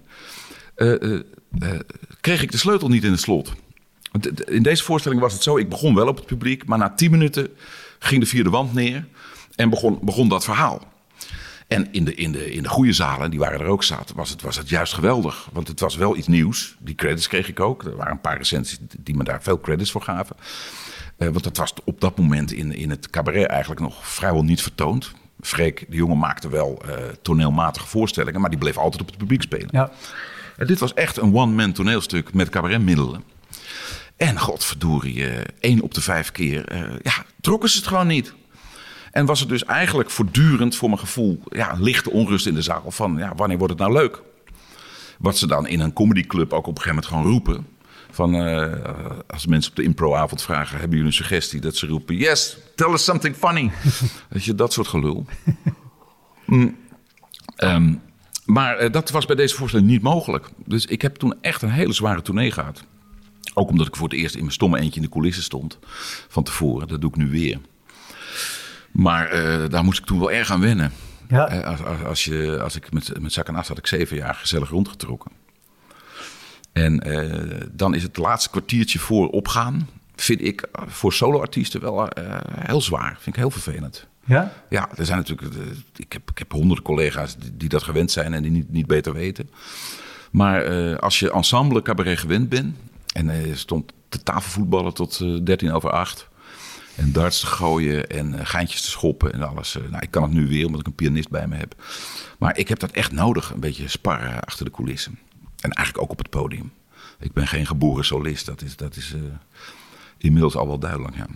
kreeg ik de sleutel niet in het slot. In deze voorstelling was het zo... ik begon wel op het publiek... maar na 10 minuten ging de vierde wand neer... en begon dat verhaal. En in de goede zalen, die waren er ook zat, was het juist geweldig. Want het was wel iets nieuws. Die credits kreeg ik ook. Er waren een paar recensies die me daar veel credits voor gaven. Want dat was op dat moment in het cabaret eigenlijk nog vrijwel niet vertoond. Freek, de jongen, maakte wel toneelmatige voorstellingen... maar die bleef altijd op het publiek spelen. Ja. En dit was echt een one-man toneelstuk met cabaretmiddelen. En godverdorie, 1 op de 5 keer trokken ze het gewoon niet. En was er dus eigenlijk voortdurend voor mijn gevoel... lichte onrust in de zaal van wanneer wordt het nou leuk? Wat ze dan in een comedyclub ook op een gegeven moment gewoon roepen. Van als mensen op de improavond vragen... hebben jullie een suggestie? Dat ze roepen, yes, tell us something funny. Weet je, dat soort gelul. Maar dat was bij deze voorstelling niet mogelijk. Dus ik heb toen echt een hele zware tournee gehad. Ook omdat ik voor het eerst in mijn stomme eentje in de coulissen stond. Van tevoren, dat doe ik nu weer. Maar daar moest ik toen wel erg aan wennen. Ja. Als ik met Zak en As had ik 7 jaar gezellig rondgetrokken. En dan is het laatste kwartiertje voor opgaan... vind ik voor soloartiesten wel heel zwaar. Vind ik heel vervelend. Ja? Ja, er zijn natuurlijk... Ik heb honderden collega's die dat gewend zijn... en die niet beter weten. Maar als je ensemble cabaret gewend bent... en stond te tafelvoetballen tot 7:45... en darts te gooien en geintjes te schoppen en alles. Ik kan het nu weer, omdat ik een pianist bij me heb. Maar ik heb dat echt nodig, een beetje sparren achter de coulissen. En eigenlijk ook op het podium. Ik ben geen geboren solist, dat is inmiddels al wel duidelijk, ja.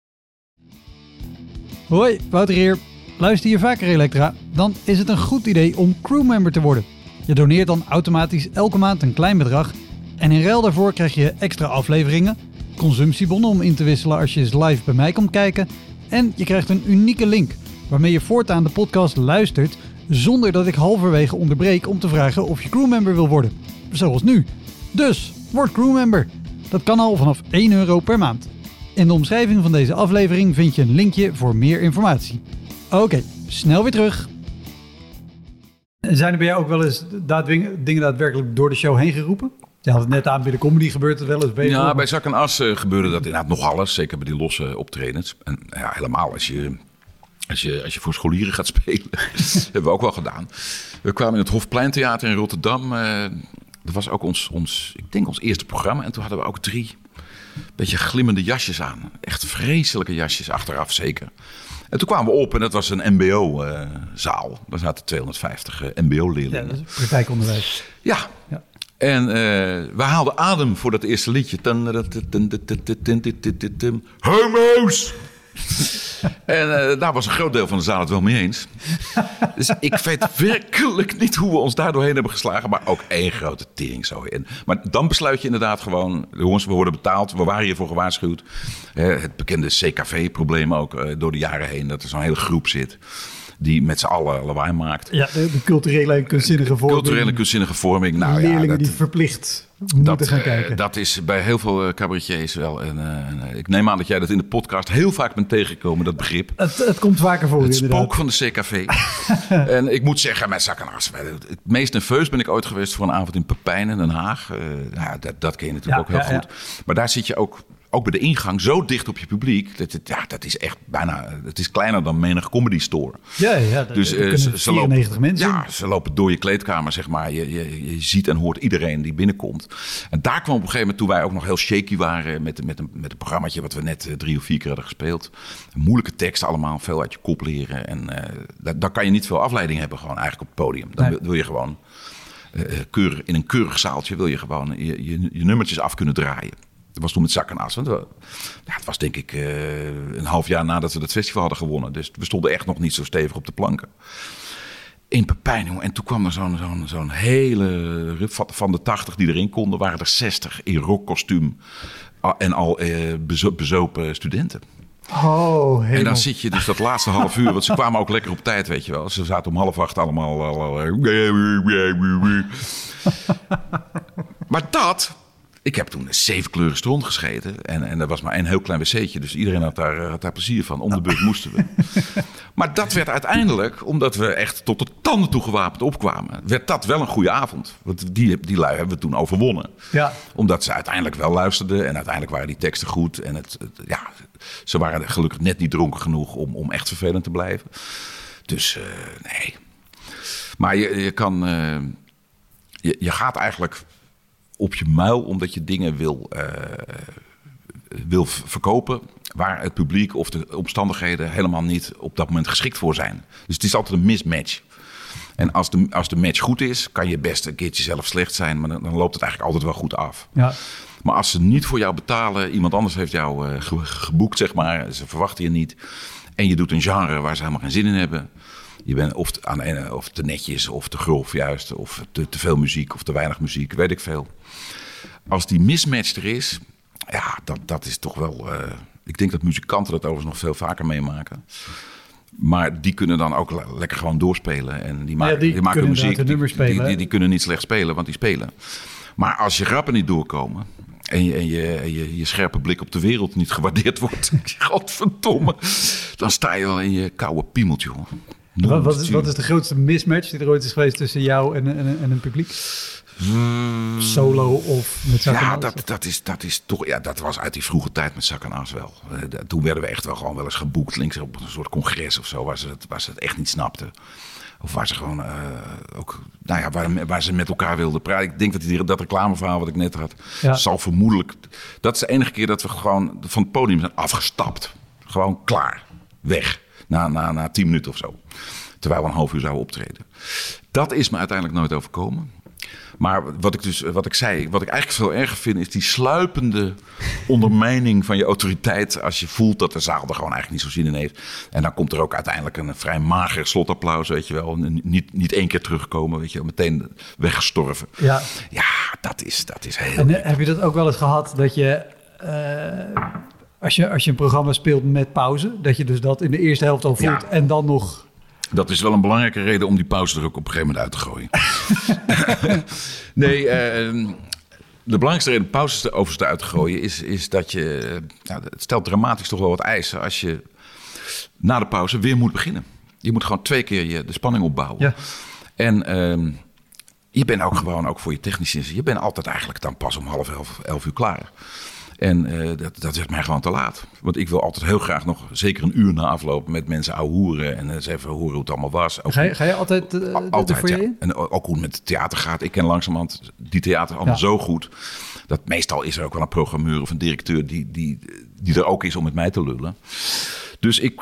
Hoi, Wouter hier. Luister je vaker Elektra? Dan is het een goed idee om crewmember te worden. Je doneert dan automatisch elke maand een klein bedrag... en in ruil daarvoor krijg je extra afleveringen... consumptiebonnen om in te wisselen als je eens live bij mij komt kijken... en je krijgt een unieke link waarmee je voortaan de podcast luistert zonder dat ik halverwege onderbreek om te vragen of je crewmember wil worden. Zoals nu. Dus, word crewmember. Dat kan al vanaf €1 per maand. In de omschrijving van deze aflevering vind je een linkje voor meer informatie. Oké, snel weer terug. Zijn er bij jou ook wel eens dingen daadwerkelijk door de show heen geroepen? Je had het net aan, bij de comedy gebeurt het wel eens beter. Ja, bij Zak en As gebeurde dat inderdaad nog alles. Zeker bij die losse optredens. En ja, helemaal als je voor scholieren gaat spelen. Dat hebben we ook wel gedaan. We kwamen in het Hofpleintheater in Rotterdam. Dat was ook ons eerste programma. En toen hadden we ook 3 beetje glimmende jasjes aan. Echt vreselijke jasjes, achteraf zeker. En toen kwamen we op en dat was een mbo-zaal. Daar zaten 250 mbo-leerlingen. Ja, dat is praktijkonderwijs. Ja. En we haalden adem voor dat eerste liedje. Homo's! En daar was een groot deel van de zaal het wel mee eens. Dus ik weet werkelijk niet hoe we ons daar doorheen hebben geslagen. Maar ook één grote teringzooi. Maar dan besluit je inderdaad gewoon... Jongens, we worden betaald. We waren hiervoor gewaarschuwd. Het bekende CKV-probleem ook door de jaren heen. Dat er zo'n hele groep zit die met z'n allen lawaai maakt. Ja, de culturele en kunstzinnige vorming. Nou, leerlingen die verplicht moeten gaan kijken. Dat is bij heel veel cabaretiers wel. Ik neem aan dat jij dat in de podcast heel vaak bent tegengekomen, dat begrip. Het komt vaker voor. Het inderdaad. Spook van de CKV. En ik moet zeggen, met Zak en As. Het meest nerveus ben ik ooit geweest voor een avond in Pepijn in Den Haag. Dat ken je natuurlijk ook heel goed. Maar daar zit je ook bij de ingang zo dicht op je publiek. Dat is echt bijna... Het is kleiner dan menig comedy store. Ja, dus ze lopen, mensen. Ja, ze lopen door je kleedkamer, zeg maar. Je ziet en hoort iedereen die binnenkomt. En daar kwam op een gegeven moment, toen wij ook nog heel shaky waren met een programmaatje wat we net 3 of 4 keer hadden gespeeld. Moeilijke teksten allemaal, veel uit je kop leren. En daar kan je niet veel afleiding hebben gewoon eigenlijk op het podium. Dan wil je gewoon in een keurig zaaltje wil je gewoon je nummertjes af kunnen draaien. Dat was toen met Zak en As. Het was denk ik een half jaar nadat we dat festival hadden gewonnen. Dus we stonden echt nog niet zo stevig op de planken. In Pepijn, jongen. En toen kwam er zo'n hele rip van de 80 die erin konden. Waren er 60 in rockkostuum en al bezopen studenten. Oh, helemaal. En dan zit je dus dat laatste half uur, want ze kwamen ook lekker op tijd, weet je wel. Ze zaten om 7:30 allemaal. Maar ik heb toen 7 kleuren stront gescheten. En er was maar 1 heel klein wc'tje. Dus iedereen had daar plezier van. Om de beurt moesten we. Maar dat werd uiteindelijk, omdat we echt tot de tanden toe gewapend opkwamen, werd dat wel een goede avond. Want die lui hebben we toen overwonnen. Ja. Omdat ze uiteindelijk wel luisterden. En uiteindelijk waren die teksten goed. En ze waren gelukkig net niet dronken genoeg om echt vervelend te blijven. Dus nee. Maar je kan... Je gaat eigenlijk op je muil omdat je dingen wil verkopen waar het publiek of de omstandigheden helemaal niet op dat moment geschikt voor zijn. Dus het is altijd een mismatch. En als de match goed is, kan je best een keertje zelf slecht zijn, maar dan loopt het eigenlijk altijd wel goed af. Ja. Maar als ze niet voor jou betalen, iemand anders heeft jou geboekt, zeg maar, ze verwachten je niet, en je doet een genre waar ze helemaal geen zin in hebben. Je bent of te netjes, of te grof juist, of te veel muziek, of te weinig muziek, weet ik veel. Als die mismatch er is, ja, dat is toch wel... ik denk dat muzikanten dat overigens nog veel vaker meemaken. Maar die kunnen dan ook lekker gewoon doorspelen. En die maken muziek, die kunnen niet slecht spelen, want die spelen. Maar als je grappen niet doorkomen en je scherpe blik op de wereld niet gewaardeerd wordt, godverdomme, dan sta je wel in je koude piemeltje, jongen. Wat is de grootste mismatch die er ooit is geweest tussen jou en een publiek? Solo of met Zak en As? Dat is toch... Ja, dat was uit die vroege tijd met Zak en As wel. Toen werden we echt wel eens geboekt links op een soort congres of zo, waar ze het echt niet snapten. Of waar ze gewoon ook... Nou ja, waar ze met elkaar wilden praten. Ik denk dat reclameverhaal wat ik net had, zal vermoedelijk... Dat is de enige keer dat we gewoon van het podium zijn afgestapt. Gewoon klaar. Weg. Na 10 minuten of zo. Terwijl we een half uur zouden optreden. Dat is me uiteindelijk nooit overkomen. Maar wat ik eigenlijk veel erger vind, is die sluipende ondermijning van je autoriteit als je voelt dat de zaal er gewoon eigenlijk niet zo zin in heeft. En dan komt er ook uiteindelijk een vrij mager slotapplaus, weet je wel. Niet 1 keer terugkomen, weet je wel. Meteen weggestorven. Ja, dat is heel... En heb je dat ook wel eens gehad dat je... Als je een programma speelt met pauze, dat je dus dat in de eerste helft al voelt en dan nog Dat is wel een belangrijke reden om die pauze er ook op een gegeven moment uit te gooien. Nee, de belangrijkste reden om pauzes overigens eruit te gooien is dat je... Nou, het stelt dramatisch toch wel wat eisen als je na de pauze weer moet beginnen. Je moet gewoon 2 keer de spanning opbouwen. Ja. En je bent ook gewoon, ook voor je technici, je bent altijd eigenlijk dan pas om 11:30 klaar. En dat is mij gewoon te laat. Want ik wil altijd heel graag nog zeker een uur na afloop met mensen ouwehoeren. En eens even horen hoe het allemaal was. Ga je altijd voor je in? En ook hoe het met het theater gaat. Ik ken langzamerhand die theater allemaal zo goed. Dat meestal is er ook wel een programmeur of een directeur die er ook is om met mij te lullen. Dus ik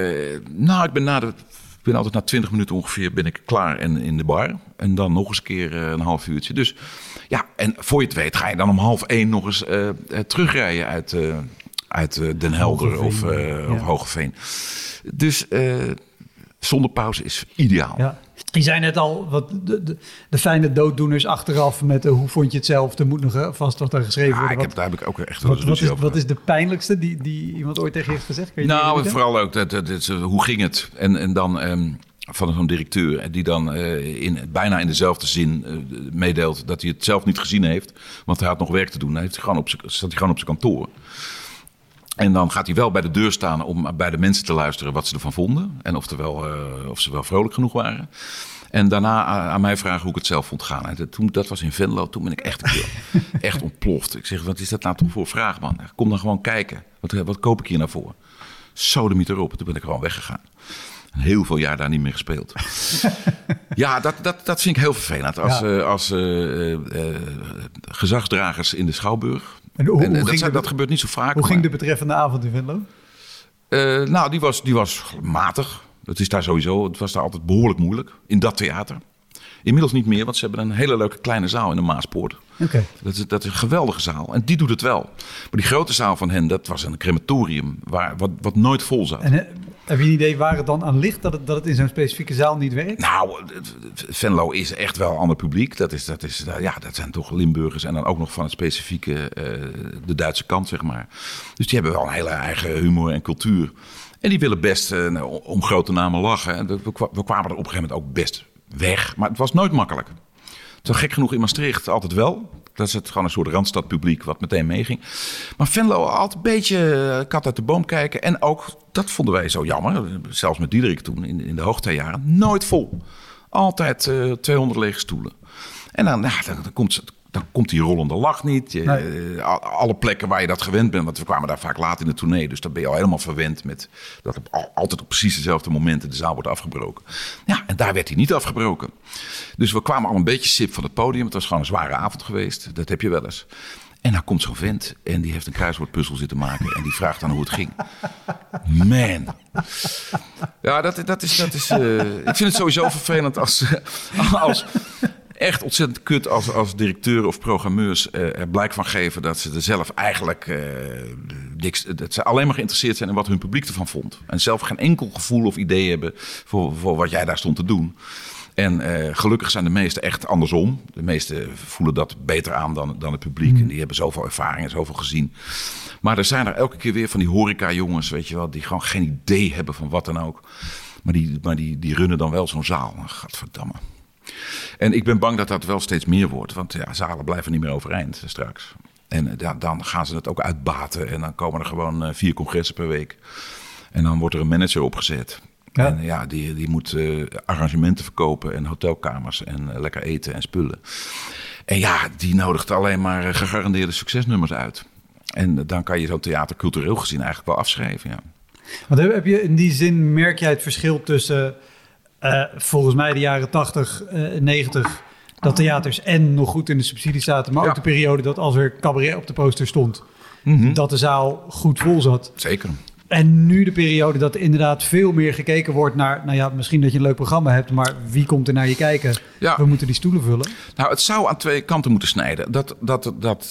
ben altijd na 20 minuten ongeveer ben ik klaar en in de bar. En dan nog eens een keer een half uurtje. Dus ja, en voor je het weet ga je dan om 12:30 nog eens terugrijden uit Den Helder of Hoogeveen. Dus zonder pauze is ideaal. Ja. Je zei net al, wat de fijne dooddoeners achteraf met hoe vond je het zelf? Er moet nog vast wat aan geschreven worden. Daar heb ik ook echt een resolutie over. Wat is de pijnlijkste die iemand ooit tegen je heeft gezegd? Vooral ook, hoe ging het? En dan van zo'n directeur die dan bijna in dezelfde zin meedeelt dat hij het zelf niet gezien heeft. Want hij had nog werk te doen. Hij staat hij gewoon op zijn kantoor. En dan gaat hij wel bij de deur staan om bij de mensen te luisteren wat ze ervan vonden. En of ze wel vrolijk genoeg waren. En daarna aan mij vragen hoe ik het zelf vond gaan. En dat was in Venlo, toen ben ik echt ontploft. Ik zeg, wat is dat nou toch voor vraag, man? Kom dan gewoon kijken. Wat koop ik hier nou voor? Sodemiet erop. Toen ben ik gewoon weggegaan. En heel veel jaar daar niet meer gespeeld. Ja, dat vind ik heel vervelend. Als gezagsdragers in de Schouwburg. Dat gebeurt niet zo vaak. Hoe ging de betreffende avond in Venlo? Die was matig. Het is daar sowieso. Het was daar altijd behoorlijk moeilijk. In dat theater. Inmiddels niet meer, want ze hebben een hele leuke kleine zaal in de Maaspoort. Okay. Dat is een geweldige zaal. En die doet het wel. Maar die grote zaal van hen, dat was een crematorium wat nooit vol zat. En heb je een idee waar het dan aan ligt dat het in zo'n specifieke zaal niet werkt? Nou, Venlo is echt wel een ander publiek. Dat zijn toch Limburgers en dan ook nog van het specifieke, de Duitse kant, zeg maar. Dus die hebben wel een hele eigen humor en cultuur. En die willen best om grote namen lachen. En we kwamen er op een gegeven moment ook best weg. Maar het was nooit makkelijk. Zo gek genoeg in Maastricht altijd wel. Dat is het gewoon een soort randstadpubliek wat meteen meeging. Maar Venlo altijd een beetje kat uit de boom kijken. En ook, dat vonden wij zo jammer. Zelfs met Diederik toen in de hoogtijjaren. Nooit vol. Altijd 200 lege stoelen. En dan komt die rollende lach niet. Alle plekken waar je dat gewend bent. Want we kwamen daar vaak laat in de tournee. Dus dan ben je al helemaal verwend met dat altijd op precies dezelfde momenten de zaal wordt afgebroken. Ja, en daar werd hij niet afgebroken. Dus we kwamen al een beetje sip van het podium. Het was gewoon een zware avond geweest. Dat heb je wel eens. En dan komt zo'n vent en die heeft een kruiswoordpuzzel zitten maken. En die vraagt dan hoe het ging. Man. Ja, dat is ik vind het sowieso vervelend als echt ontzettend kut als directeur of programmeurs er blijk van geven dat ze er zelf eigenlijk dat ze alleen maar geïnteresseerd zijn in wat hun publiek ervan vond. En zelf geen enkel gevoel of idee hebben voor wat jij daar stond te doen. En gelukkig zijn de meesten echt andersom. De meesten voelen dat beter aan dan het publiek. En die hebben zoveel ervaring en zoveel gezien. Maar er zijn er elke keer weer van die horeca-jongens, weet je wel, die gewoon geen idee hebben van wat dan ook. Maar die runnen dan wel zo'n zaal. Gadverdamme. En ik ben bang dat dat wel steeds meer wordt. Want ja, zalen blijven niet meer overeind straks. En dan gaan ze het ook uitbaten. En dan komen er gewoon 4 congressen per week. En dan wordt er een manager opgezet. Ja. En ja, die moet arrangementen verkopen en hotelkamers en lekker eten en spullen. En ja, die nodigt alleen maar gegarandeerde succesnummers uit. En dan kan je zo'n theater cultureel gezien eigenlijk wel afschrijven, ja. Want heb je in die zin, merk jij het verschil tussen volgens mij de jaren 80, 90... dat theaters en nog goed in de subsidie zaten, maar ook de periode dat als er cabaret op de poster stond, dat de zaal goed vol zat. Zeker. En nu de periode dat er inderdaad veel meer gekeken wordt naar, nou ja, misschien dat je een leuk programma hebt, maar wie komt er naar je kijken? Ja. We moeten die stoelen vullen. Nou, het zou aan 2 kanten moeten snijden. Dat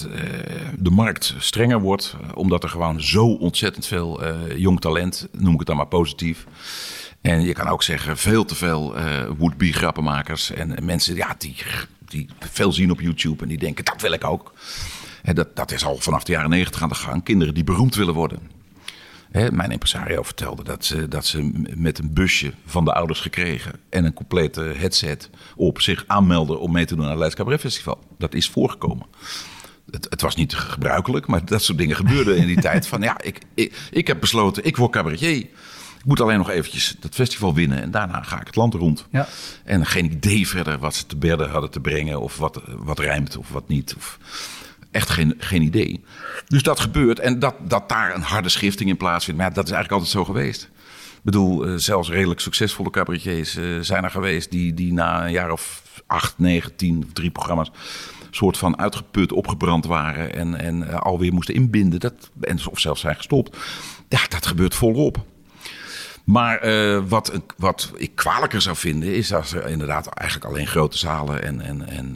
de markt strenger wordt, omdat er gewoon zo ontzettend veel jong talent, noem ik het dan maar positief. En je kan ook zeggen, veel te veel would-be grappenmakers en mensen die veel zien op YouTube en die denken, dat wil ik ook. En dat is al vanaf de jaren 90 aan de gang. Kinderen die beroemd willen worden. Mijn impresario vertelde dat ze met een busje van de ouders gekregen en een complete headset op zich aanmelden om mee te doen aan het Leids Cabaret Festival. Dat is voorgekomen. Het was niet gebruikelijk, maar dat soort dingen gebeurden in die tijd. Van ik heb besloten, ik word cabaretier. Ik moet alleen nog eventjes dat festival winnen en daarna ga ik het land rond. Ja. En geen idee verder wat ze te berden hadden te brengen of wat rijmt of wat niet. Echt geen idee. Dus dat gebeurt en dat daar een harde schifting in plaatsvindt. Maar dat is eigenlijk altijd zo geweest. Ik bedoel, zelfs redelijk succesvolle cabaretiers zijn er geweest die na een jaar of 8, 9, 10 of 3 programma's soort van uitgeput, opgebrand waren en alweer moesten inbinden. Of zelfs zijn gestopt. Ja, dat gebeurt volop. Maar wat ik kwalijker zou vinden is als er inderdaad eigenlijk alleen grote zalen en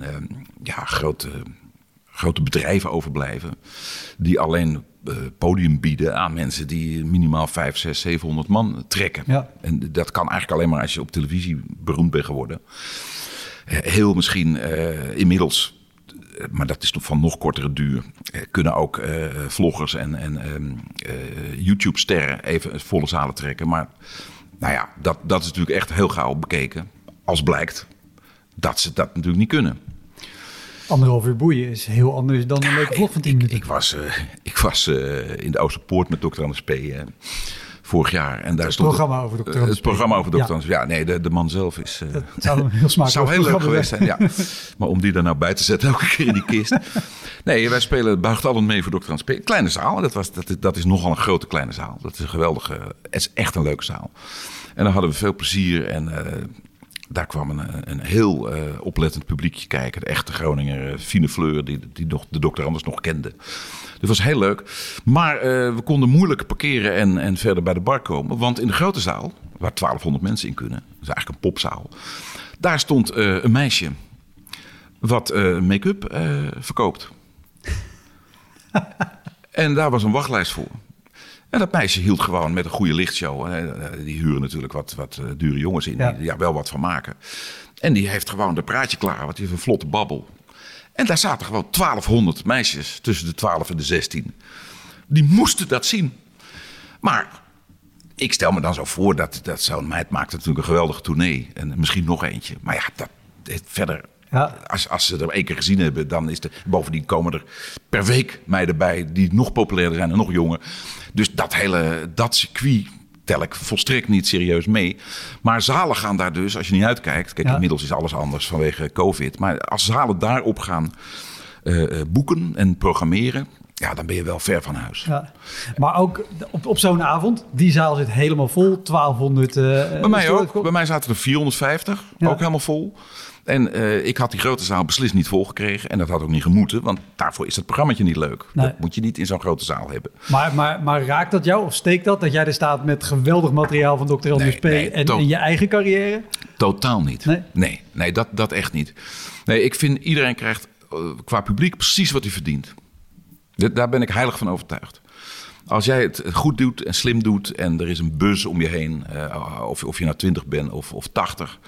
grote bedrijven overblijven. Die alleen podium bieden aan mensen die minimaal 5, 6, 700 man trekken. Ja. En dat kan eigenlijk alleen maar als je op televisie beroemd bent geworden. Heel misschien inmiddels, maar dat is van nog kortere duur, kunnen ook vloggers en YouTube-sterren even volle zalen trekken. Maar nou ja, dat is natuurlijk echt heel gauw bekeken. Als blijkt dat ze dat natuurlijk niet kunnen. 1,5 uur boeien is heel anders dan een leuke vlog van 10 minuten. Ik was in de Oosterpoort met Dr. Anders P. Vorig jaar. En daar stond programma over Dr. Anders P. Het programma over Dr. Anders P. Ja, nee, de man zelf is... dat zou een heel smakelijk zou heel leuk geweest zijn, ja. Maar om die er nou bij te zetten elke keer in die kist. Nee, wij spelen buigt allen mee voor Dr. Anders P. Kleine zaal. Dat is nogal een grote kleine zaal. Dat is een geweldige... Het is echt een leuke zaal. En dan hadden we veel plezier en... daar kwam een heel oplettend publiekje kijken. De echte Groninger Fine Fleur, die de dokter Anders nog kende. Dat was heel leuk. Maar we konden moeilijk parkeren en verder bij de bar komen. Want in de grote zaal, waar 1200 mensen in kunnen... dat is eigenlijk een popzaal... daar stond een meisje wat make-up verkoopt. En daar was een wachtlijst voor. En dat meisje hield gewoon met een goede lichtshow. Die huren natuurlijk wat dure jongens in. Die wel wat van maken. En die heeft gewoon de praatje klaar. Want die heeft een vlotte babbel. En daar zaten gewoon 1200 meisjes tussen de 12 en de 16. Die moesten dat zien. Maar ik stel me dan zo voor dat zo'n meid maakt natuurlijk een geweldige tournee. En misschien nog eentje. Maar ja, dat verder... Ja. Als ze er 1 keer gezien hebben, dan is bovendien komen er per week meiden bij die nog populairder zijn en nog jonger. Dus dat circuit tel ik volstrekt niet serieus mee. Maar zalen gaan daar dus, als je niet uitkijkt... Kijk, inmiddels is alles anders vanwege COVID. Maar als zalen daarop gaan boeken en programmeren... ja, dan ben je wel ver van huis. Ja. Maar ook op zo'n avond, die zaal zit helemaal vol. 1200... bij mij ook. Bij mij zaten er 450, ook helemaal vol. En ik had die grote zaal beslist niet volgekregen. En dat had ook niet gemoeten, want daarvoor is het programmaatje niet leuk. Nee. Dat moet je niet in zo'n grote zaal hebben. Maar raakt dat jou of steekt dat jij er staat met geweldig materiaal van Dr. Anders P. En je eigen carrière? Totaal niet. Nee, dat echt niet. Nee, ik vind iedereen krijgt qua publiek precies wat hij verdient. Daar ben ik heilig van overtuigd. Als jij het goed doet en slim doet en er is een buzz om je heen... of je nou 20 bent of 80...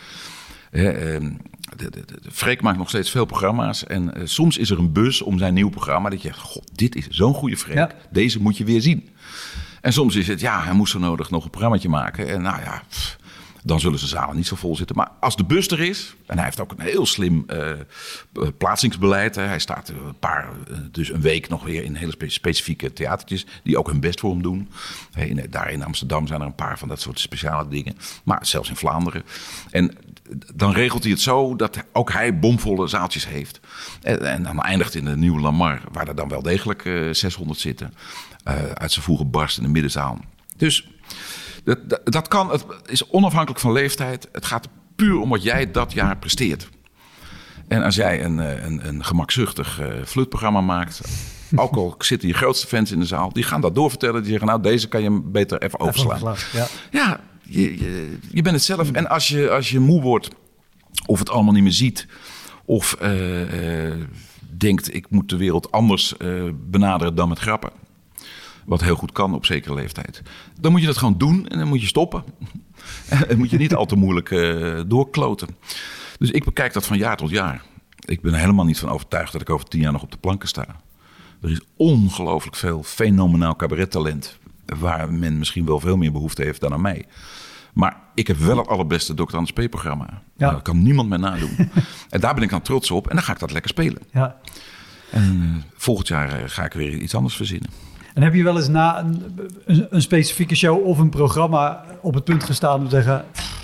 Freek maakt nog steeds veel programma's. En soms is er een buzz om zijn nieuw programma. Dat je zegt, god, dit is zo'n goede Freek. Ja. Deze moet je weer zien. En soms is het, hij moest zo nodig nog een programmaatje maken. En nou ja, dan zullen zijn zalen niet zo vol zitten. Maar als de bus er is, en hij heeft ook een heel slim plaatsingsbeleid. Hij staat dus een week nog weer in hele specifieke theatertjes. Die ook hun best voor hem doen. Daar in Amsterdam zijn er een paar van dat soort speciale dingen. Maar zelfs in Vlaanderen. En dan regelt hij het zo dat ook hij bomvolle zaaltjes heeft. En dan eindigt in de Nieuwe Lamar, waar er dan wel degelijk 600 zitten. Uit zijn voegen barst in de middenzaal. Dus dat kan, het is onafhankelijk van leeftijd. Het gaat puur om wat jij dat jaar presteert. En als jij een gemakzuchtig flutprogramma maakt... ook al zitten je grootste fans in de zaal... die gaan dat doorvertellen. Die zeggen, nou, deze kan je beter even overslaan. Ja, je bent het zelf. En als je moe wordt of het allemaal niet meer ziet... of denkt, ik moet de wereld anders benaderen dan met grappen... wat heel goed kan op zekere leeftijd... dan moet je dat gewoon doen en dan moet je stoppen. En moet je niet al te moeilijk doorkloten. Dus ik bekijk dat van jaar tot jaar. Ik ben er helemaal niet van overtuigd dat ik over 10 jaar nog op de planken sta. Er is ongelooflijk veel fenomenaal cabarettalent... waar men misschien wel veel meer behoefte heeft dan aan mij. Maar ik heb wel het allerbeste Dr. Anders P-programma. Ja. Dat kan niemand meer nadoen. En daar ben ik dan trots op. En dan ga ik dat lekker spelen. Ja. En volgend jaar ga ik weer iets anders verzinnen. En heb je wel eens na een specifieke show of een programma op het punt gestaan om te zeggen...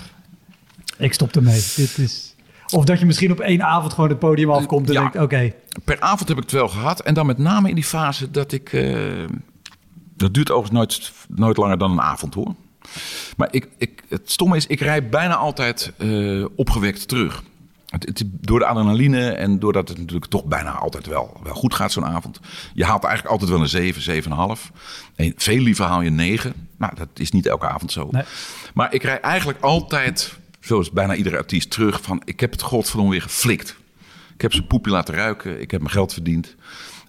Ik stop ermee. Dit is... Of dat je misschien op één avond gewoon het podium afkomt en denkt, oké. Per avond heb ik het wel gehad. En dan met name in die fase dat ik... dat duurt overigens nooit langer dan een avond, hoor. Maar het stomme is, ik rijd bijna altijd opgewekt terug. Door de adrenaline en doordat het natuurlijk toch bijna altijd wel goed gaat zo'n avond. Je haalt eigenlijk altijd wel een 7, 7,5. En veel liever haal je 9. Nou, dat is niet elke avond zo. Nee. Maar ik rijd eigenlijk altijd, zoals bijna iedere artiest, terug van... ik heb het godverdomme weer geflikt. Ik heb zijn poepje laten ruiken. Ik heb mijn geld verdiend.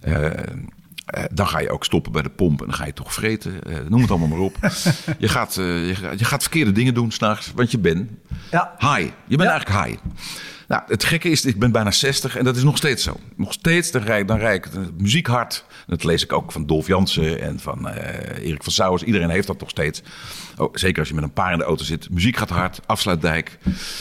Dan ga je ook stoppen bij de pomp en dan ga je toch vreten. Noem het allemaal maar op. Je gaat verkeerde dingen doen s'nachts, want je bent high. Je bent eigenlijk high. Nou, het gekke is, ik ben bijna 60 en dat is nog steeds zo. Nog steeds, dan rijd ik muziek hard. Dat lees ik ook van Dolf Jansen en van Erik van Sauers. Iedereen heeft dat nog steeds. Oh, zeker als je met een paar in de auto zit. Muziek gaat hard, Afsluitdijk.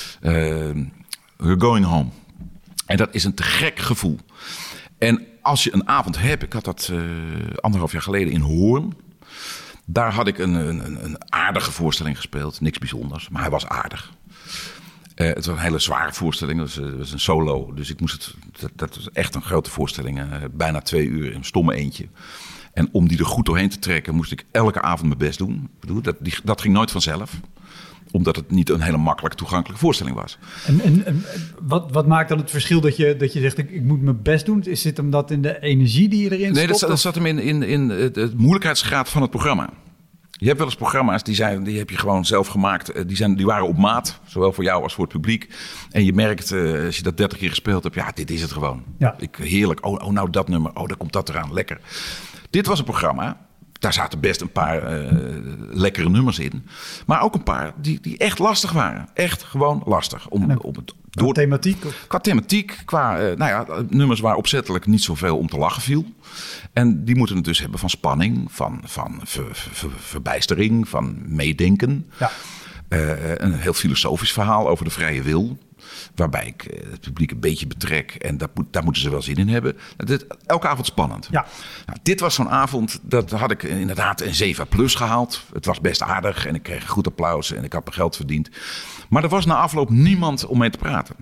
We're going home. En dat is een te gek gevoel. En als je een avond hebt, ik had dat 1,5 jaar geleden in Hoorn. Daar had ik een aardige voorstelling gespeeld. Niks bijzonders, maar hij was aardig. Het was een hele zware voorstelling. Dat was een solo. Dus dat was echt een grote voorstelling. Bijna 2 uur in een stomme eentje. En om die er goed doorheen te trekken, moest ik elke avond mijn best doen. Ik bedoel, dat ging nooit vanzelf. Omdat het niet een hele makkelijk toegankelijke voorstelling was. En wat maakt dan het verschil dat je zegt, ik moet mijn best doen? Zit hem dat in de energie die je erin stopt? Nee, dat zat hem in de moeilijkheidsgraad van het programma. Je hebt wel eens programma's, die heb je gewoon zelf gemaakt. Die waren op maat, zowel voor jou als voor het publiek. En je merkt, als je dat 30 keer gespeeld hebt, ja, dit is het gewoon. Ja. Heerlijk, nou dat nummer, daar komt dat eraan, lekker. Dit was een programma, daar zaten best een paar lekkere nummers in. Maar ook een paar die echt lastig waren. Echt gewoon lastig. Qua thematiek? Qua thematiek, nummers waar opzettelijk niet zoveel om te lachen viel. En die moeten het dus hebben van spanning, van verbijstering, van meedenken. Ja. Een heel filosofisch verhaal over de vrije wil. Waarbij ik het publiek een beetje betrek. En daar moeten ze wel zin in hebben. Elke avond spannend. Ja. Nou, dit was zo'n avond, dat had ik inderdaad een 7+ gehaald. Het was best aardig en ik kreeg goed applaus en ik had mijn geld verdiend. Maar er was na afloop niemand om mee te praten.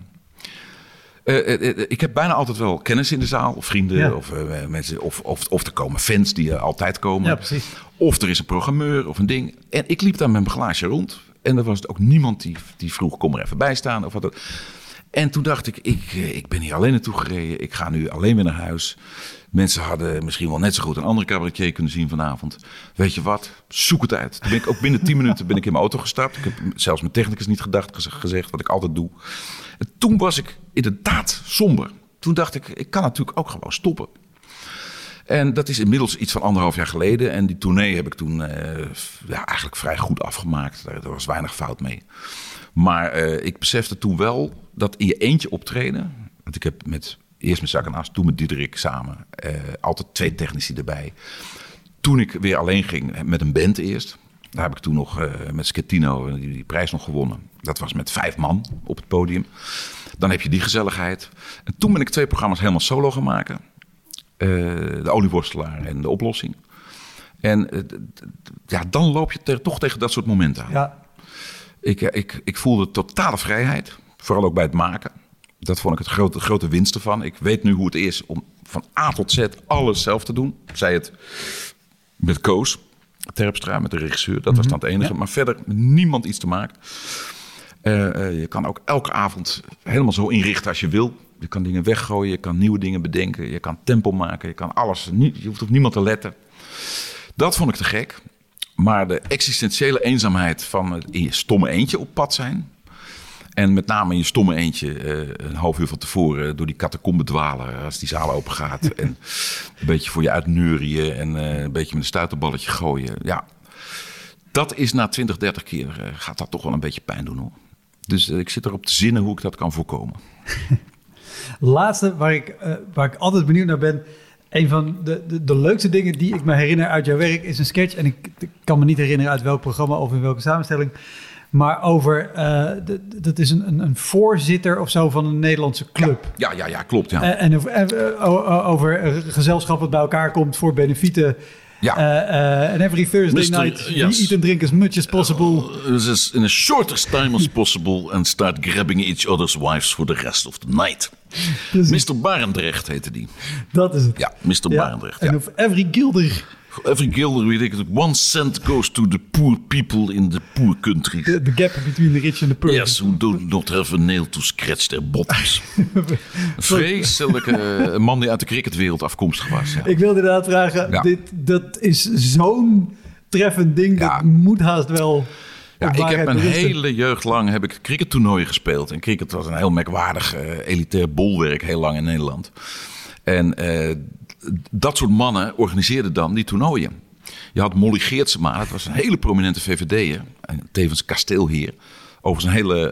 Ik heb bijna altijd wel kennis in de zaal. Of vrienden of mensen. Of er komen fans die altijd komen. Ja, precies. Of er is een programmeur of een ding. En ik liep daar met mijn glaasje rond. En er was ook niemand die vroeg, kom er even bij staan. Of wat. En toen dacht ik ben hier alleen naartoe gereden. Ik ga nu alleen weer naar huis. Mensen hadden misschien wel net zo goed een andere cabaretier kunnen zien vanavond. Weet je wat? Zoek het uit. Toen ben ik ook binnen 10 minuten in mijn auto gestapt. Ik heb zelfs mijn technicus niet gezegd wat ik altijd doe. En toen was ik inderdaad somber. Toen dacht ik kan natuurlijk ook gewoon stoppen. En dat is inmiddels iets van 1,5 jaar geleden. En die tournee heb ik toen eigenlijk vrij goed afgemaakt. Daar was weinig fout mee. Maar ik besefte toen wel dat in je eentje optreden. Want ik heb eerst met Zak en As, toen met Diederik samen. Altijd 2 technici erbij. Toen ik weer alleen ging met een band eerst. Daar heb ik toen nog met Schettino die prijs nog gewonnen. Dat was met 5 man op het podium. Dan heb je die gezelligheid. En toen ben ik 2 programma's helemaal solo gaan maken. De Olieworstelaar en De Oplossing. En dan loop je toch tegen dat soort momenten aan. Ja. Ik voelde totale vrijheid. Vooral ook bij het maken. Dat vond ik het grote winst ervan. Ik weet nu hoe het is om van A tot Z alles zelf te doen. Zij het met Koos Terpstra, met de regisseur. Dat was dan het enige. Ja. Maar verder met niemand iets te maken. Je kan ook elke avond helemaal zo inrichten als je wil. Je kan dingen weggooien, je kan nieuwe dingen bedenken. Je kan tempo maken, je kan alles. Je hoeft op niemand te letten. Dat vond ik te gek. Maar de existentiële eenzaamheid van in je stomme eentje op pad zijn. En met name in je stomme eentje een half uur van tevoren door die catacombe dwalen als die zaal open gaat. En een beetje voor je uitneurien en een beetje met een stuiterballetje gooien. Ja, dat is na 20, 30 keer gaat dat toch wel een beetje pijn doen, hoor. Dus ik zit erop te zinnen hoe ik dat kan voorkomen. Laatste waar ik altijd benieuwd naar ben. Een van de leukste dingen die ik me herinner uit jouw werk is een sketch. En ik kan me niet herinneren uit welk programma of in welke samenstelling. Maar over, dat is een voorzitter of zo van een Nederlandse club. Ja, klopt. Ja. En over een gezelschap dat bij elkaar komt voor benefieten. Ja. And every Thursday night, we eat and drink as much as possible. In as short as time as possible and start grabbing each other's wives for the rest of the night. Mr. Barendrecht heette die. Dat is het. Ja, Mr. Barendrecht. En of every guilder. Every guilder, weet ik het. 1 cent goes to the poor people in the poor country. The gap between the rich and the poor. Yes, who do not have a nail to scratch their bottoms. Een vreselijke man die uit de cricketwereld afkomstig was. Ja. Ik wilde inderdaad vragen, dat is zo'n treffend ding. Dat moet haast wel... Ja, ik heb mijn hele jeugd lang crickettoernooien gespeeld. En cricket was een heel merkwaardig elitair bolwerk heel lang in Nederland. En dat soort mannen organiseerden dan die toernooien. Je had Molly Geertsema, dat was een hele prominente VVD'er. Tevens kasteelheer. Overigens een hele,